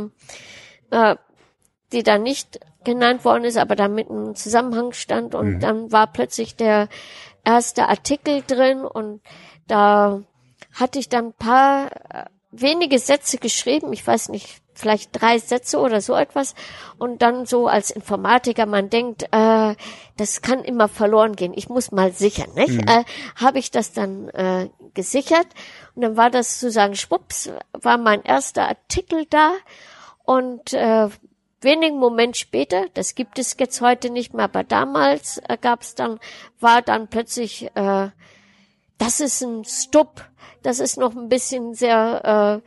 die dann nicht genannt worden ist, aber damit im Zusammenhang stand und dann war plötzlich der erste Artikel drin und da hatte ich dann ein paar wenige Sätze geschrieben, ich weiß nicht, vielleicht 3 Sätze oder so etwas. Und dann so als Informatiker, man denkt, das kann immer verloren gehen. Ich muss mal sichern, nicht? Habe ich das dann gesichert. Und dann war das sozusagen, schwupps, war mein erster Artikel da. Und wenigen Moment später, das gibt es jetzt heute nicht mehr, aber damals war dann plötzlich, das ist ein Stub, das ist noch ein bisschen sehr,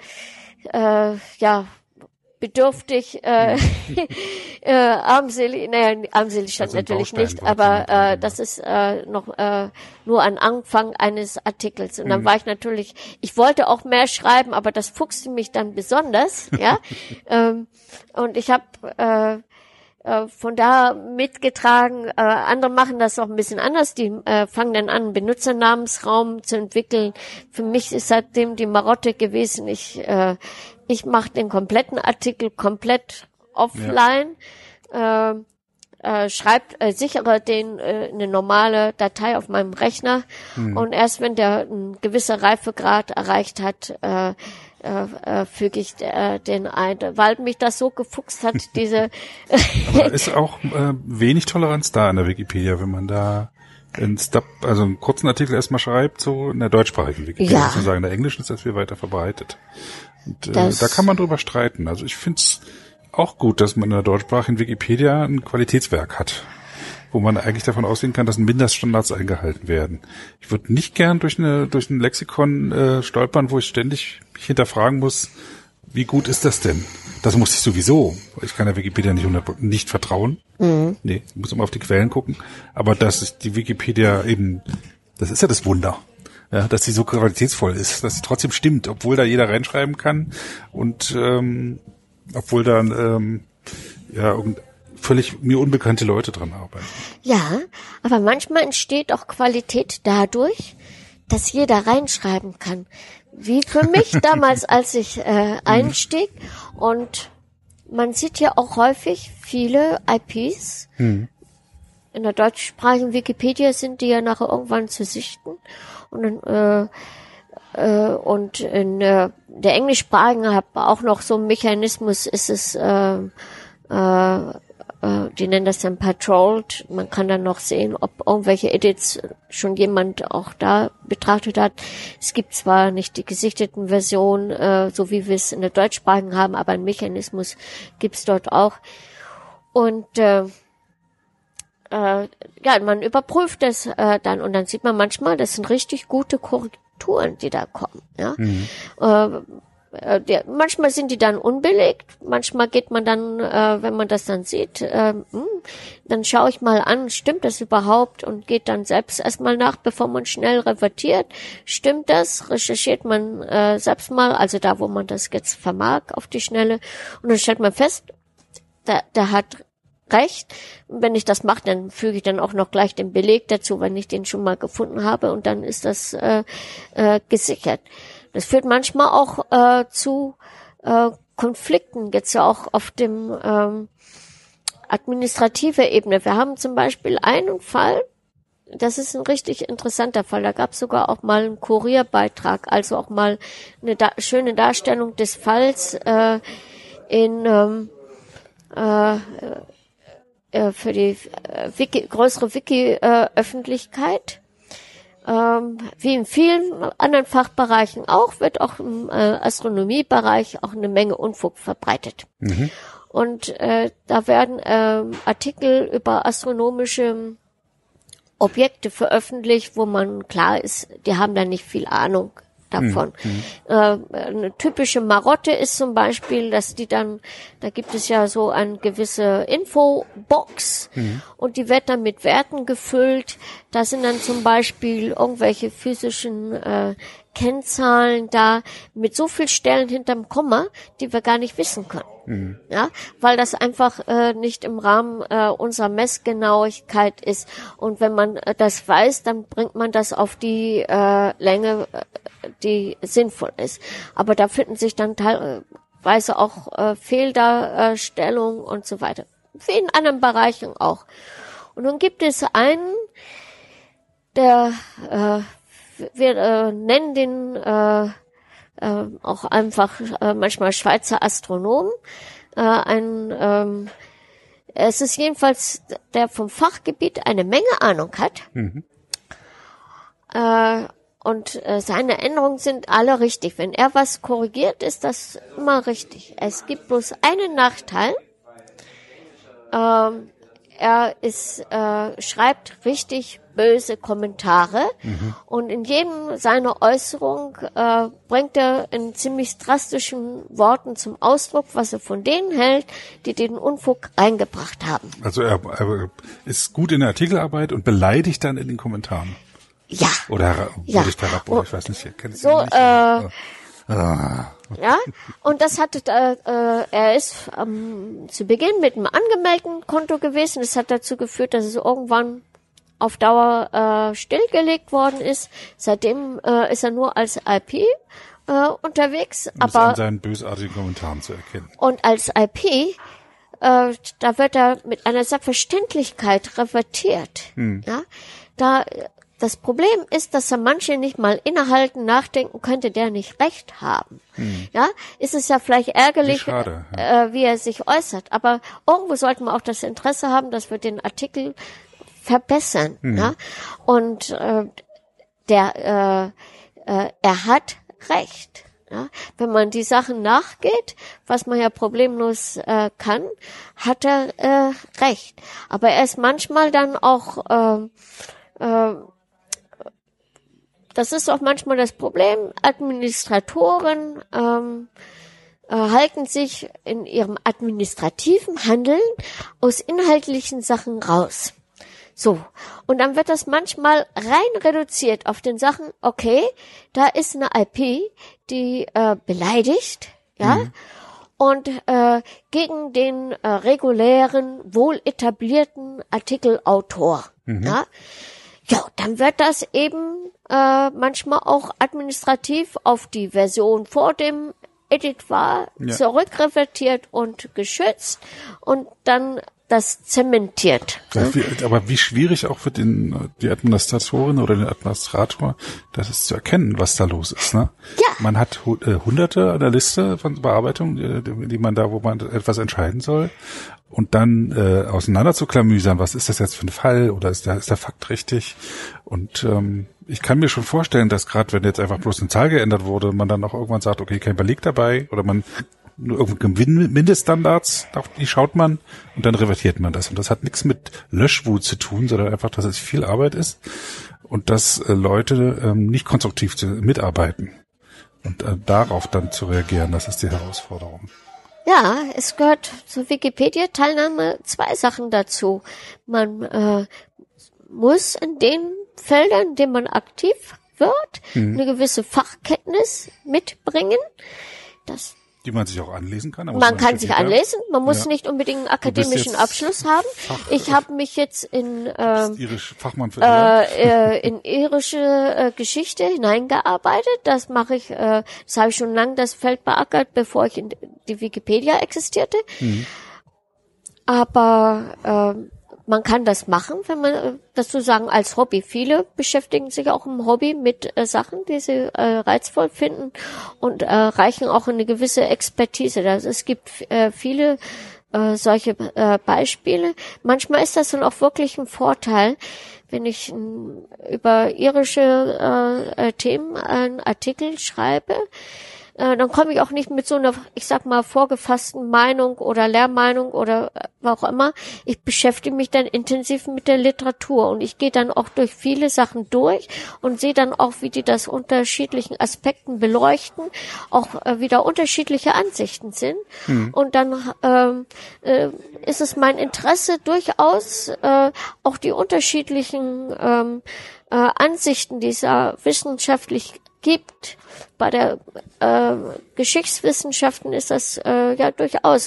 bedürftig, armselig, armselig stand also natürlich nicht, aber das ist noch nur ein Anfang eines Artikels. Und dann war ich natürlich, ich wollte auch mehr schreiben, aber das fuchste mich dann besonders, ja. Und ich habe von da mitgetragen, andere machen das auch ein bisschen anders, die fangen dann an, einen Benutzernamensraum zu entwickeln. Für mich ist seitdem die Marotte gewesen, ich mache den kompletten Artikel komplett offline, sichere den eine normale Datei auf meinem Rechner und erst wenn der ein gewisser Reifegrad erreicht hat, füge ich den ein, weil mich das so gefuchst hat, diese... Aber da ist auch wenig Toleranz da in der Wikipedia, wenn man da also einen kurzen Artikel erstmal schreibt, so in der deutschsprachigen Wikipedia, muss man sagen, in der englischen ist das viel weiter verbreitet. Und da kann man drüber streiten. Also ich finde es auch gut, dass man in der deutschsprachigen Wikipedia ein Qualitätswerk hat, wo man eigentlich davon ausgehen kann, dass Mindeststandards eingehalten werden. Ich würde nicht gern durch ein Lexikon stolpern, wo ich ständig mich hinterfragen muss, wie gut ist das denn? Das muss ich sowieso. Ich kann der Wikipedia nicht vertrauen. Nee, ich muss immer auf die Quellen gucken. Aber dass ich die Wikipedia eben, das ist ja das Wunder. Ja, dass sie so qualitätsvoll ist, dass sie trotzdem stimmt, obwohl da jeder reinschreiben kann und obwohl dann völlig mir unbekannte Leute dran arbeiten. Ja, aber manchmal entsteht auch Qualität dadurch, dass jeder reinschreiben kann. Wie für mich damals, als ich einstieg. Und man sieht ja auch häufig viele IPs. In der deutschsprachigen Wikipedia sind die ja nachher irgendwann zu sichten. Und in der englischsprachigen habe auch noch so einen Mechanismus, ist es, die nennen das dann Patrolled. Man kann dann noch sehen, ob irgendwelche Edits schon jemand auch da betrachtet hat. Es gibt zwar nicht die gesichteten Versionen, so wie wir es in der deutschsprachigen haben, aber einen Mechanismus gibt's dort auch. Und man überprüft das dann und dann sieht man manchmal, das sind richtig gute Korrekturen, die da kommen. Ja. Manchmal sind die dann unbelegt, manchmal geht man dann, wenn man das dann sieht, dann schaue ich mal an, stimmt das überhaupt und geht dann selbst erstmal nach, bevor man schnell revertiert. Stimmt das? Recherchiert man selbst mal, also da, wo man das jetzt vermag, auf die Schnelle. Und dann stellt man fest, der hat recht. Und wenn ich das mache, dann füge ich dann auch noch gleich den Beleg dazu, wenn ich den schon mal gefunden habe und dann ist das gesichert. Das führt manchmal auch zu Konflikten, jetzt ja auch auf dem administrativer Ebene. Wir haben zum Beispiel einen Fall, das ist ein richtig interessanter Fall, da gab es sogar auch mal einen Kurierbeitrag, also auch mal eine schöne Darstellung des Falls in für die größere Wiki-Öffentlichkeit. Wie in vielen anderen Fachbereichen auch, wird auch im Astronomiebereich auch eine Menge Unfug verbreitet. Und da werden Artikel über astronomische Objekte veröffentlicht, wo man klar ist, die haben da nicht viel Ahnung davon. Eine typische Marotte ist zum Beispiel, dass die dann, da gibt es ja so eine gewisse Infobox und die wird dann mit Werten gefüllt. Da sind dann zum Beispiel irgendwelche physischen Kennzahlen da mit so viel Stellen hinterm Komma, die wir gar nicht wissen können. Ja, weil das einfach nicht im Rahmen unserer Messgenauigkeit ist. Und wenn man das weiß, dann bringt man das auf die Länge, die sinnvoll ist. Aber da finden sich dann teilweise auch Fehldarstellungen und so weiter. Wie in anderen Bereichen auch. Und nun gibt es einen, der wir nennen den auch einfach manchmal Schweizer Astronom, es ist jedenfalls, der vom Fachgebiet eine Menge Ahnung hat. Und seine Änderungen sind alle richtig. Wenn er was korrigiert, ist das immer richtig. Es gibt bloß einen Nachteil. Er schreibt richtig böse Kommentare und in jedem seiner Äußerung bringt er in ziemlich drastischen Worten zum Ausdruck, was er von denen hält, die den Unfug reingebracht haben. Also er ist gut in der Artikelarbeit und beleidigt dann in den Kommentaren. Ja. Oder ja. ich weiß nicht. So, ja, und das er ist zu Beginn mit einem angemeldeten Konto gewesen. Das hat dazu geführt, dass es irgendwann auf Dauer stillgelegt worden ist. Seitdem ist er nur als IP unterwegs. Um es an seinen bösartigen Kommentaren zu erkennen. Und als IP, da wird er mit einer Selbstverständlichkeit revertiert. Ja, das Problem ist, dass er manche nicht mal innehalten, nachdenken, könnte der nicht recht haben. Ja, ist es ja vielleicht ärgerlich, schade, wie er sich äußert. Aber irgendwo sollten wir auch das Interesse haben, dass wir den Artikel verbessern. Ja? Und er hat recht. Ja? Wenn man die Sachen nachgeht, was man ja problemlos kann, hat er recht. Aber er ist manchmal dann auch das ist auch manchmal das Problem. Administratoren halten sich in ihrem administrativen Handeln aus inhaltlichen Sachen raus. So, und dann wird das manchmal rein reduziert auf den Sachen, okay, da ist eine IP, die beleidigt, ja, und gegen den regulären, wohl etablierten Artikelautor, ja. Ja, dann wird das eben manchmal auch administrativ auf die Version vor dem Edit war zurückrevertiert und geschützt und dann das zementiert. Aber wie schwierig auch für die Administratorin oder den Administrator, das ist zu erkennen, was da los ist, ne? Ja. Man hat Hunderte an der Liste von Bearbeitungen, die man da, wo man etwas entscheiden soll. Und dann auseinander zu klamüsern, was ist das jetzt für ein Fall oder ist der Fakt richtig? Und ich kann mir schon vorstellen, dass gerade wenn jetzt einfach bloß eine Zahl geändert wurde, man dann auch irgendwann sagt, okay, kein Beleg dabei oder man nur irgendwie Mindeststandards, auf die schaut man und dann revertiert man das. Und das hat nichts mit Löschwut zu tun, sondern einfach, dass es viel Arbeit ist und dass Leute nicht konstruktiv mitarbeiten. Und darauf dann zu reagieren, das ist die Herausforderung. Ja, es gehört zur Wikipedia-Teilnahme 2 Sachen dazu. Man muss in den Feldern, in denen man aktiv wird, eine gewisse Fachkenntnis mitbringen. Die man sich auch anlesen kann. Man kann sich anlesen, man muss nicht unbedingt einen akademischen Abschluss haben. Ich habe mich jetzt in Fachmann für in irische Geschichte hineingearbeitet. Das mache ich, das habe ich schon lange das Feld beackert, bevor ich in die Wikipedia existierte. Aber man kann das machen, wenn man das so sagen als Hobby. Viele beschäftigen sich auch im Hobby mit Sachen, die sie reizvoll finden und reichen auch eine gewisse Expertise. Es gibt viele solche Beispiele. Manchmal ist das dann auch wirklich ein Vorteil, wenn ich über irische Themen einen Artikel schreibe. Dann komme ich auch nicht mit so einer, ich sag mal, vorgefassten Meinung oder Lehrmeinung oder was auch immer. Ich beschäftige mich dann intensiv mit der Literatur und ich gehe dann auch durch viele Sachen durch und sehe dann auch, wie die das unterschiedlichen Aspekten beleuchten, auch wieder unterschiedliche Ansichten sind. Und dann ist es mein Interesse durchaus, auch die unterschiedlichen Ansichten, die es wissenschaftlich gibt. Bei der Geschichtswissenschaften ist das ja durchaus.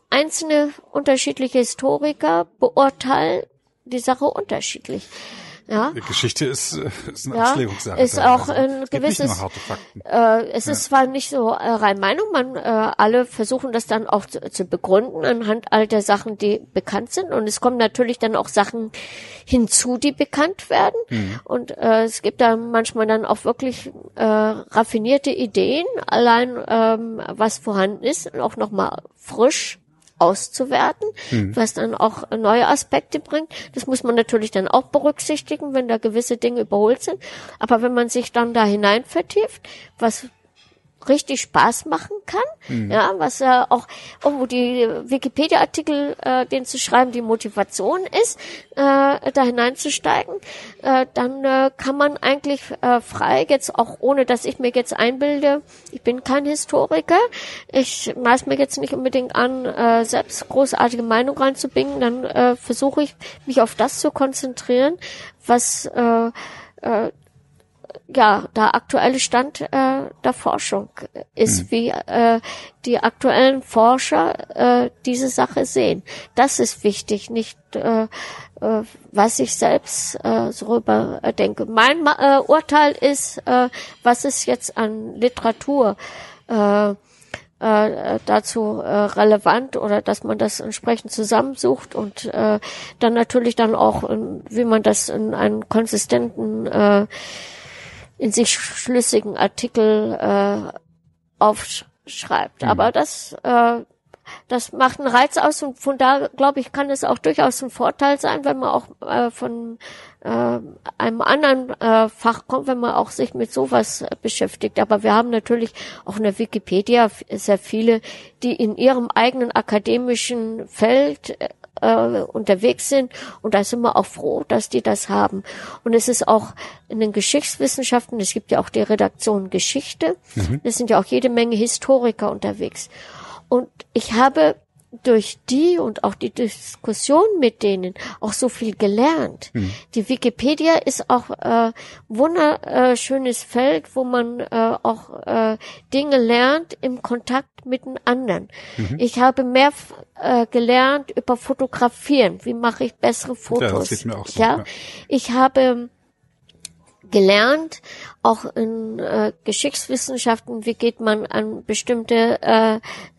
Einzelne unterschiedliche Historiker beurteilen die Sache unterschiedlich. Ja. Geschichte ist eine Ja, Auslegungssache. ist da. auch ein es gibt nicht gewisses, nur harte Fakten. es ist zwar nicht so rein Meinung, alle versuchen das dann auch zu begründen anhand all der Sachen, die bekannt sind, und es kommen natürlich dann auch Sachen hinzu, die bekannt werden, und es gibt da manchmal dann auch wirklich raffinierte Ideen, allein was vorhanden ist, und auch nochmal frisch auszuwerten, was dann auch neue Aspekte bringt. Das muss man natürlich dann auch berücksichtigen, wenn da gewisse Dinge überholt sind. Aber wenn man sich dann da hinein vertieft, was richtig Spaß machen kann, ja, was auch irgendwo die Wikipedia-Artikel, den zu schreiben, die Motivation ist, da hineinzusteigen, dann kann man eigentlich frei, jetzt auch ohne, dass ich mir jetzt einbilde, ich bin kein Historiker, ich maß mir jetzt nicht unbedingt an, selbst großartige Meinung reinzubringen, dann versuche ich, mich auf das zu konzentrieren, was der aktuelle Stand der Forschung ist, wie die aktuellen Forscher diese Sache sehen. Das ist wichtig, nicht was ich selbst so rüber denke. Mein Urteil ist, was ist jetzt an Literatur dazu relevant, oder dass man das entsprechend zusammensucht und dann natürlich dann auch, wie man das in einen konsistenten in sich schlüssigen Artikel aufschreibt. Aber das macht einen Reiz aus, und von da, glaube ich, kann es auch durchaus ein Vorteil sein, wenn man auch von einem anderen Fach kommt, wenn man auch sich mit sowas beschäftigt. Aber wir haben natürlich auch in der Wikipedia sehr viele, die in ihrem eigenen akademischen Feld unterwegs sind, und da sind wir auch froh, dass die das haben. Und es ist auch in den Geschichtswissenschaften, es gibt ja auch die Redaktion Geschichte, es sind ja auch jede Menge Historiker unterwegs. Und ich habe durch die und auch die Diskussion mit denen auch so viel gelernt. Die Wikipedia ist auch wunderschönes Feld, wo man auch Dinge lernt im Kontakt mit den anderen. Ich habe mehr gelernt über Fotografieren. Wie mache ich bessere Fotos? Ja, das geht mir auch so. Ja? Ich habe gelernt, auch in Geschichtswissenschaften, wie geht man an bestimmte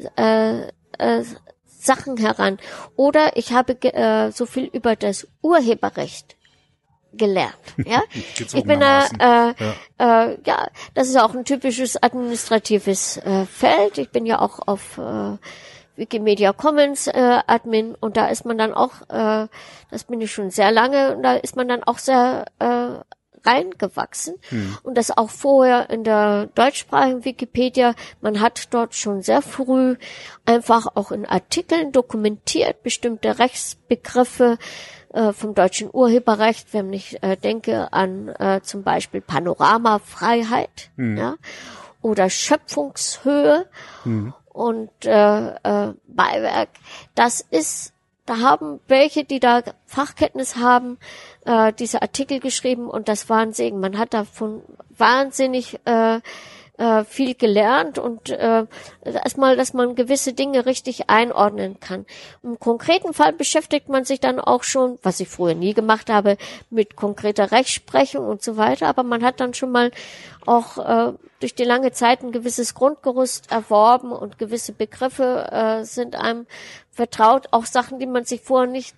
Sachen heran. Oder ich habe so viel über das Urheberrecht gelernt. Ja, ich bin ja, das ist auch ein typisches administratives Feld. Ich bin ja auch auf Wikimedia Commons Admin, und da ist man dann auch, das bin ich schon sehr lange, und da ist man dann auch sehr reingewachsen. Und das auch vorher in der deutschsprachigen Wikipedia, man hat dort schon sehr früh einfach auch in Artikeln dokumentiert, bestimmte Rechtsbegriffe vom deutschen Urheberrecht, wenn ich denke an zum Beispiel Panoramafreiheit, ja, oder Schöpfungshöhe und Beiwerk. Das ist, da haben welche, die da Fachkenntnis haben, diese Artikel geschrieben, und das war ein Segen. Man hat davon wahnsinnig viel gelernt, und erstmal, dass man gewisse Dinge richtig einordnen kann. Im konkreten Fall beschäftigt man sich dann auch schon, was ich früher nie gemacht habe, mit konkreter Rechtsprechung und so weiter, aber man hat dann schon mal auch durch die lange Zeit ein gewisses Grundgerüst erworben, und gewisse Begriffe sind einem vertraut, auch Sachen, die man sich vorher nicht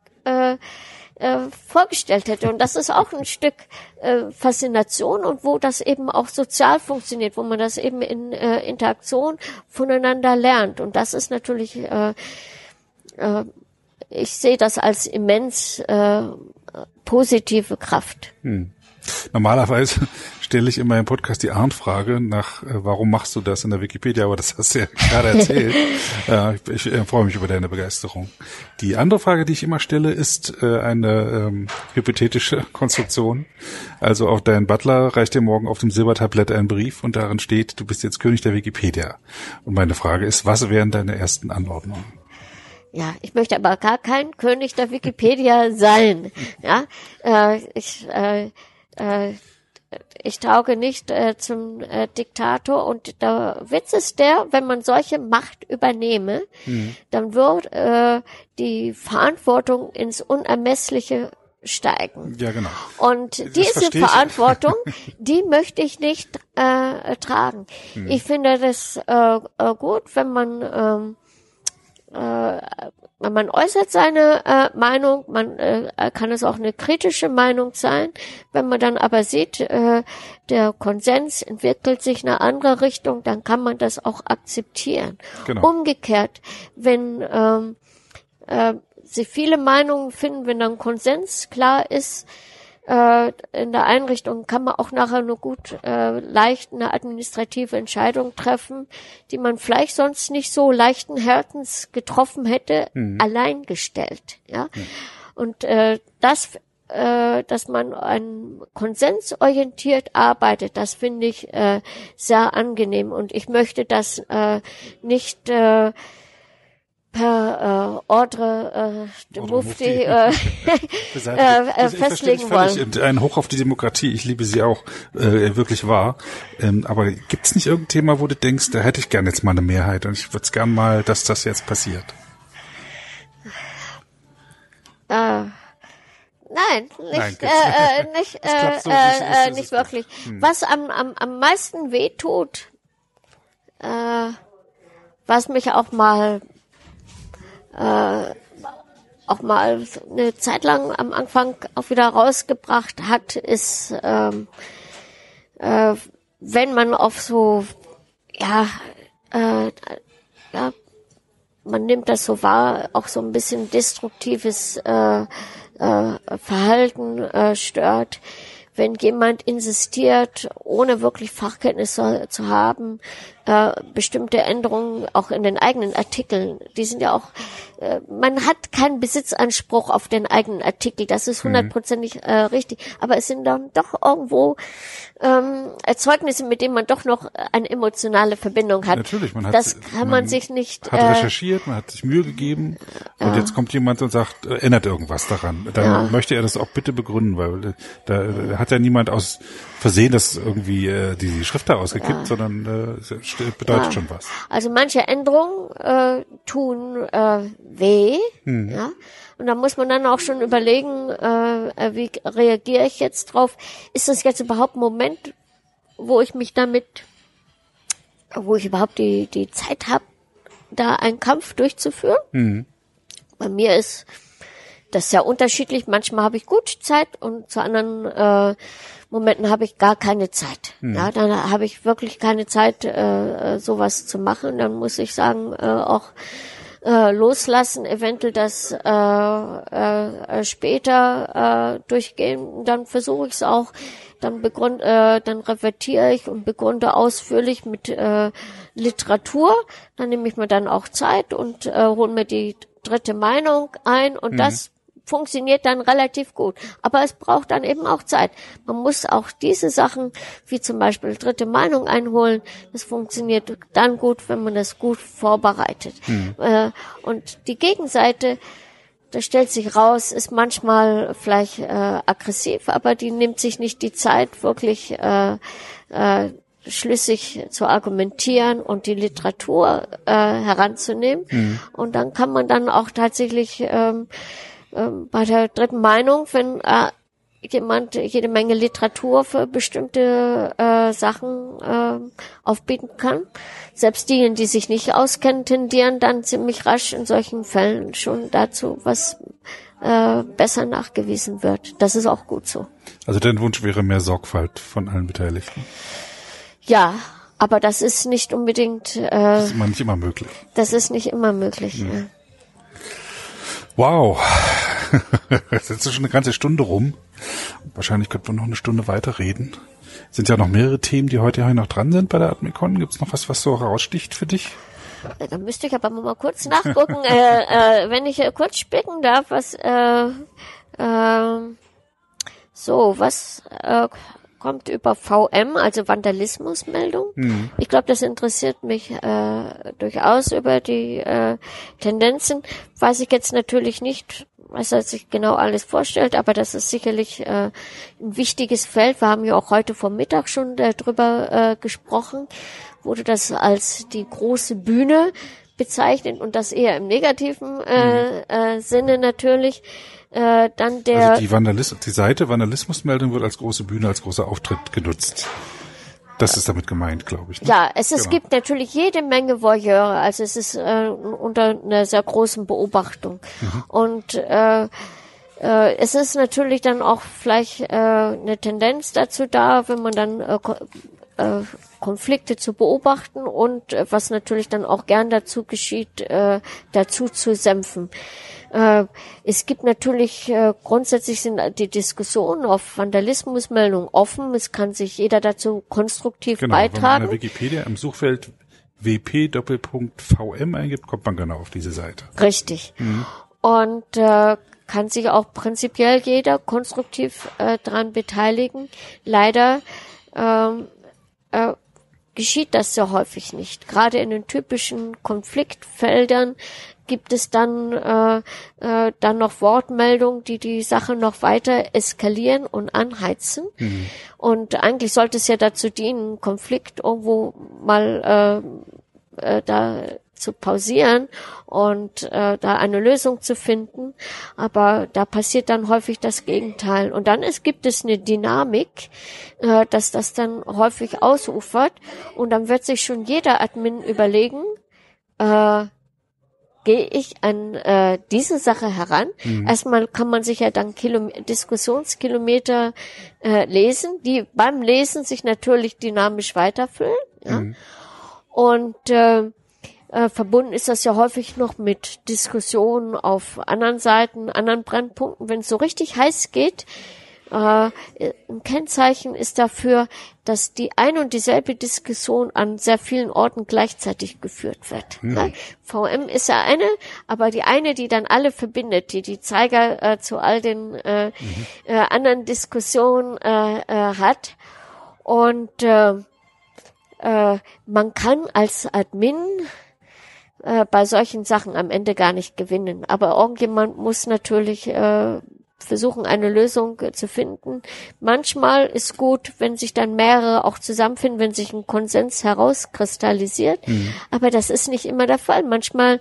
vorgestellt hätte. Und das ist auch ein Stück Faszination, und wo das eben auch sozial funktioniert, wo man das eben in Interaktion voneinander lernt. Und das ist natürlich, ich sehe das als immens positive Kraft. Normalerweise stelle ich in meinem Podcast die Arndt-Frage nach, warum machst du das in der Wikipedia, aber das hast du ja gerade erzählt. Ich freue mich über deine Begeisterung. Die andere Frage, die ich immer stelle, ist eine hypothetische Konstruktion. Also auch dein Butler reicht dir morgen auf dem Silbertablett einen Brief, und darin steht, du bist jetzt König der Wikipedia. Und meine Frage ist, was wären deine ersten Anordnungen? Ja, ich möchte aber gar kein König der Wikipedia sein. Ja, ich tauge nicht zum Diktator, und der Witz ist der, wenn man solche Macht übernehme, dann wird die Verantwortung ins Unermessliche steigen. Ja, genau. Und Das diese verstehe ich. Verantwortung, die möchte ich nicht tragen. Ich finde das gut, wenn man äußert seine Meinung, man kann es auch eine kritische Meinung sein. Wenn man dann aber sieht, der Konsens entwickelt sich in eine andere Richtung, dann kann man das auch akzeptieren. Genau. Umgekehrt, wenn Sie viele Meinungen finden, wenn dann Konsens klar ist, in der Einrichtung kann man auch nachher nur gut leicht eine administrative Entscheidung treffen, die man vielleicht sonst nicht so leichten Herzens getroffen hätte, allein gestellt. Ja? Und dass man konsensorientiert arbeitet, das finde ich sehr angenehm. Und ich möchte das nicht per Ordre de Mufti festlegen wollen. Ein Hoch auf die Demokratie, ich liebe sie auch wirklich wahr. Aber gibt's nicht irgendein Thema, wo du denkst, da hätte ich gern jetzt mal eine Mehrheit und ich würde es gern mal, dass das jetzt passiert? Nein, nicht wirklich. Was am meisten wehtut, was mich auch mal eine Zeit lang am Anfang auch wieder rausgebracht hat, ist, wenn man auf so, man nimmt das so wahr, auch so ein bisschen destruktives Verhalten stört, wenn jemand insistiert, ohne wirklich Fachkenntnisse zu haben, bestimmte Änderungen auch in den eigenen Artikeln, die sind ja auch, man hat keinen Besitzanspruch auf den eigenen Artikel, das ist 100%ig richtig, aber es sind dann doch irgendwo Erzeugnisse, mit denen man doch noch eine emotionale Verbindung hat. Natürlich, man sich nicht... hat recherchiert, man hat sich Mühe gegeben und jetzt kommt jemand und sagt, ändert irgendwas daran. Dann möchte er das auch bitte begründen, weil da hat ja niemand aus Versehen das irgendwie die Schrift da ausgekippt, sondern bedeutet schon was. Also manche Änderungen tun weh, ja. Und da muss man dann auch schon überlegen, wie reagiere ich jetzt drauf? Ist das jetzt überhaupt ein Moment, wo ich überhaupt die Zeit habe, da einen Kampf durchzuführen? Bei mir ist das sehr unterschiedlich. Manchmal habe ich gut Zeit und zu anderen Momenten habe ich gar keine Zeit. Ja, dann habe ich wirklich keine Zeit, sowas zu machen. Dann muss ich sagen, auch loslassen, eventuell das später durchgehen. Dann versuche ich es auch, dann reflektiere ich und begründe ausführlich mit Literatur. Dann nehme ich mir dann auch Zeit und hole mir die dritte Meinung ein und das funktioniert dann relativ gut. Aber es braucht dann eben auch Zeit. Man muss auch diese Sachen, wie zum Beispiel dritte Meinung einholen, das funktioniert dann gut, wenn man das gut vorbereitet. Und die Gegenseite, da stellt sich raus, ist manchmal vielleicht aggressiv, aber die nimmt sich nicht die Zeit, wirklich schlüssig zu argumentieren und die Literatur heranzunehmen. Und dann kann man dann auch tatsächlich bei der dritten Meinung, wenn jemand jede Menge Literatur für bestimmte Sachen aufbieten kann. Selbst diejenigen, die sich nicht auskennen, tendieren dann ziemlich rasch in solchen Fällen schon dazu, was besser nachgewiesen wird. Das ist auch gut so. Also dein Wunsch wäre mehr Sorgfalt von allen Beteiligten? Ja, aber das ist nicht unbedingt... das ist nicht immer möglich. Das ist nicht immer möglich, ja. Wow, jetzt ist schon eine ganze Stunde rum. Wahrscheinlich könnten wir noch eine Stunde weiter reden. Sind ja noch mehrere Themen, die heute noch dran sind bei der Admicon. Gibt es noch was so heraussticht für dich? Da müsste ich aber mal kurz nachgucken, wenn ich kurz spicken darf, was kommt über VM, also Vandalismusmeldung. Ich glaube, das interessiert mich durchaus über die Tendenzen. Weiß ich jetzt natürlich nicht, was er sich genau alles vorstellt, aber das ist sicherlich ein wichtiges Feld. Wir haben ja auch heute vor Mittag schon darüber gesprochen, wurde das als die große Bühne bezeichnet und das eher im negativen Sinne natürlich. Dann der also die Seite Vandalismusmeldung wird als große Bühne, als großer Auftritt genutzt. Das ist damit gemeint, glaube ich. Ne? Ja, es gibt natürlich jede Menge Voyeure, also es ist unter einer sehr großen Beobachtung. Und es ist natürlich dann auch vielleicht eine Tendenz dazu da, wenn man dann Konflikte zu beobachten und was natürlich dann auch gern dazu geschieht, dazu zu senfen. Es gibt natürlich grundsätzlich sind die Diskussionen auf Vandalismusmeldungen offen. Es kann sich jeder dazu konstruktiv beitragen. Wenn man in der Wikipedia im Suchfeld wp:/VM eingibt, kommt man genau auf diese Seite. Richtig. Und kann sich auch prinzipiell jeder konstruktiv daran beteiligen. Leider geschieht das sehr häufig nicht. Gerade in den typischen Konfliktfeldern gibt es dann noch Wortmeldungen, die Sache noch weiter eskalieren und anheizen. Und eigentlich sollte es ja dazu dienen, Konflikt irgendwo mal da zu pausieren und da eine Lösung zu finden. Aber da passiert dann häufig das Gegenteil. Und dann gibt es eine Dynamik, dass das dann häufig ausufert. Und dann wird sich schon jeder Admin überlegen, gehe ich an diese Sache heran. Erstmal kann man sich ja dann Diskussionskilometer lesen, die beim Lesen sich natürlich dynamisch weiterfüllen. Ja? Und verbunden ist das ja häufig noch mit Diskussionen auf anderen Seiten, anderen Brennpunkten. Wenn es so richtig heiß geht, ein Kennzeichen ist dafür, dass die ein und dieselbe Diskussion an sehr vielen Orten gleichzeitig geführt wird. VM ist ja eine, aber die eine, die dann alle verbindet, die Zeiger zu all den anderen Diskussionen hat. Und man kann als Admin bei solchen Sachen am Ende gar nicht gewinnen. Aber irgendjemand muss natürlich versuchen, eine Lösung zu finden. Manchmal ist gut, wenn sich dann mehrere auch zusammenfinden, wenn sich ein Konsens herauskristallisiert. Aber das ist nicht immer der Fall. Manchmal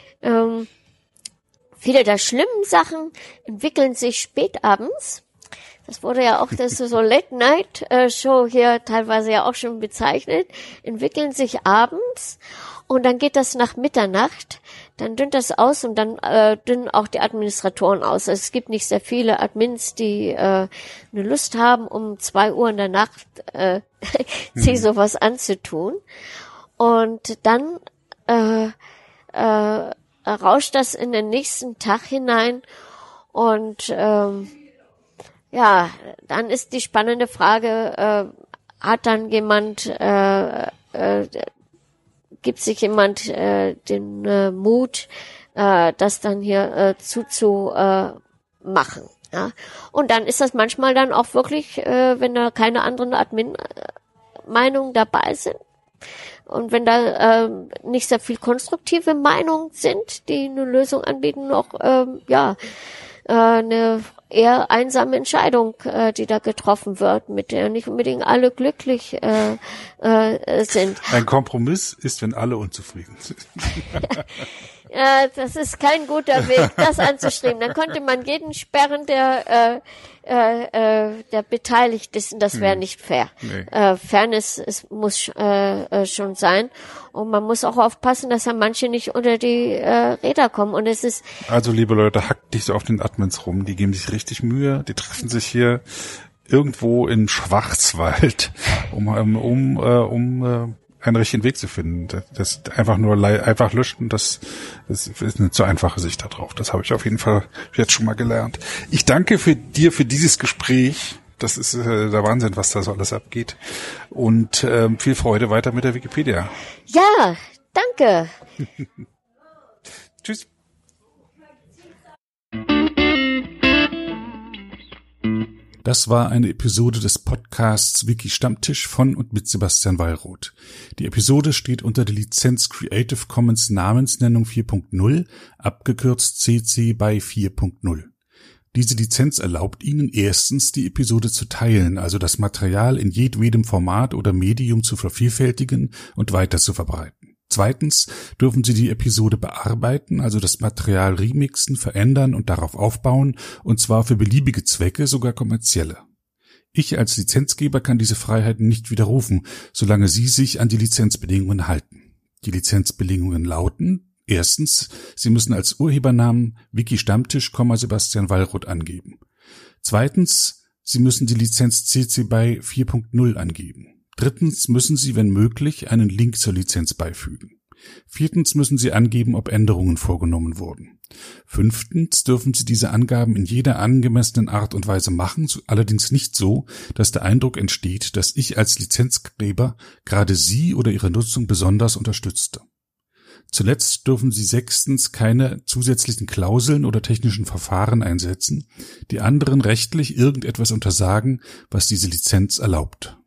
viele der schlimmen Sachen entwickeln sich spät abends. Das wurde ja auch, das ist so Late-Night-Show hier teilweise ja auch schon bezeichnet, entwickeln sich abends und dann geht das nach Mitternacht, dann dünnt das aus und dann dünnen auch die Administratoren aus. Also es gibt nicht sehr viele Admins, die eine Lust haben, um 2 Uhr in der Nacht sich sowas anzutun. Und dann rauscht das in den nächsten Tag hinein und ja, dann ist die spannende Frage, hat dann jemand, gibt sich jemand den Mut, das dann hier machen. Ja? Und dann ist das manchmal dann auch wirklich, wenn da keine anderen Admin-Meinungen dabei sind und wenn da nicht sehr viel konstruktive Meinungen sind, die eine Lösung anbieten, noch eine eher einsame Entscheidung, die da getroffen wird, mit der nicht unbedingt alle glücklich sind. Ein Kompromiss ist, wenn alle unzufrieden sind. Das ist kein guter Weg, das anzustreben. Dann könnte man jeden sperren, der beteiligt ist, und das wäre nicht fair. Nee. Fairness muss schon sein. Und man muss auch aufpassen, dass da manche nicht unter die Räder kommen. Und es ist also, liebe Leute, hackt nicht so auf den Admins rum. Die geben sich richtig Mühe. Die treffen sich hier irgendwo in Schwarzwald, um einen richtigen Weg zu finden. Das einfach einfach löschen, das ist eine zu einfache Sicht da drauf. Das habe ich auf jeden Fall jetzt schon mal gelernt. Ich danke dir für dieses Gespräch. Das ist der Wahnsinn, was da so alles abgeht. Und viel Freude weiter mit der Wikipedia. Ja, danke. Tschüss. Das war eine Episode des Podcasts Wiki Stammtisch von und mit Sebastian Wallroth. Die Episode steht unter der Lizenz Creative Commons Namensnennung 4.0, abgekürzt CC BY 4.0. Diese Lizenz erlaubt Ihnen erstens, die Episode zu teilen, also das Material in jedwedem Format oder Medium zu vervielfältigen und weiter zu verbreiten. Zweitens dürfen Sie die Episode bearbeiten, also das Material remixen, verändern und darauf aufbauen, und zwar für beliebige Zwecke, sogar kommerzielle. Ich als Lizenzgeber kann diese Freiheiten nicht widerrufen, solange Sie sich an die Lizenzbedingungen halten. Die Lizenzbedingungen lauten: Erstens, Sie müssen als Urhebernamen Wiki Stammtisch, Sebastian Wallroth angeben. Zweitens, Sie müssen die Lizenz CC BY 4.0 angeben. Drittens müssen Sie, wenn möglich, einen Link zur Lizenz beifügen. Viertens müssen Sie angeben, ob Änderungen vorgenommen wurden. Fünftens dürfen Sie diese Angaben in jeder angemessenen Art und Weise machen, allerdings nicht so, dass der Eindruck entsteht, dass ich als Lizenzgeber gerade Sie oder Ihre Nutzung besonders unterstützte. Zuletzt dürfen Sie sechstens keine zusätzlichen Klauseln oder technischen Verfahren einsetzen, die anderen rechtlich irgendetwas untersagen, was diese Lizenz erlaubt.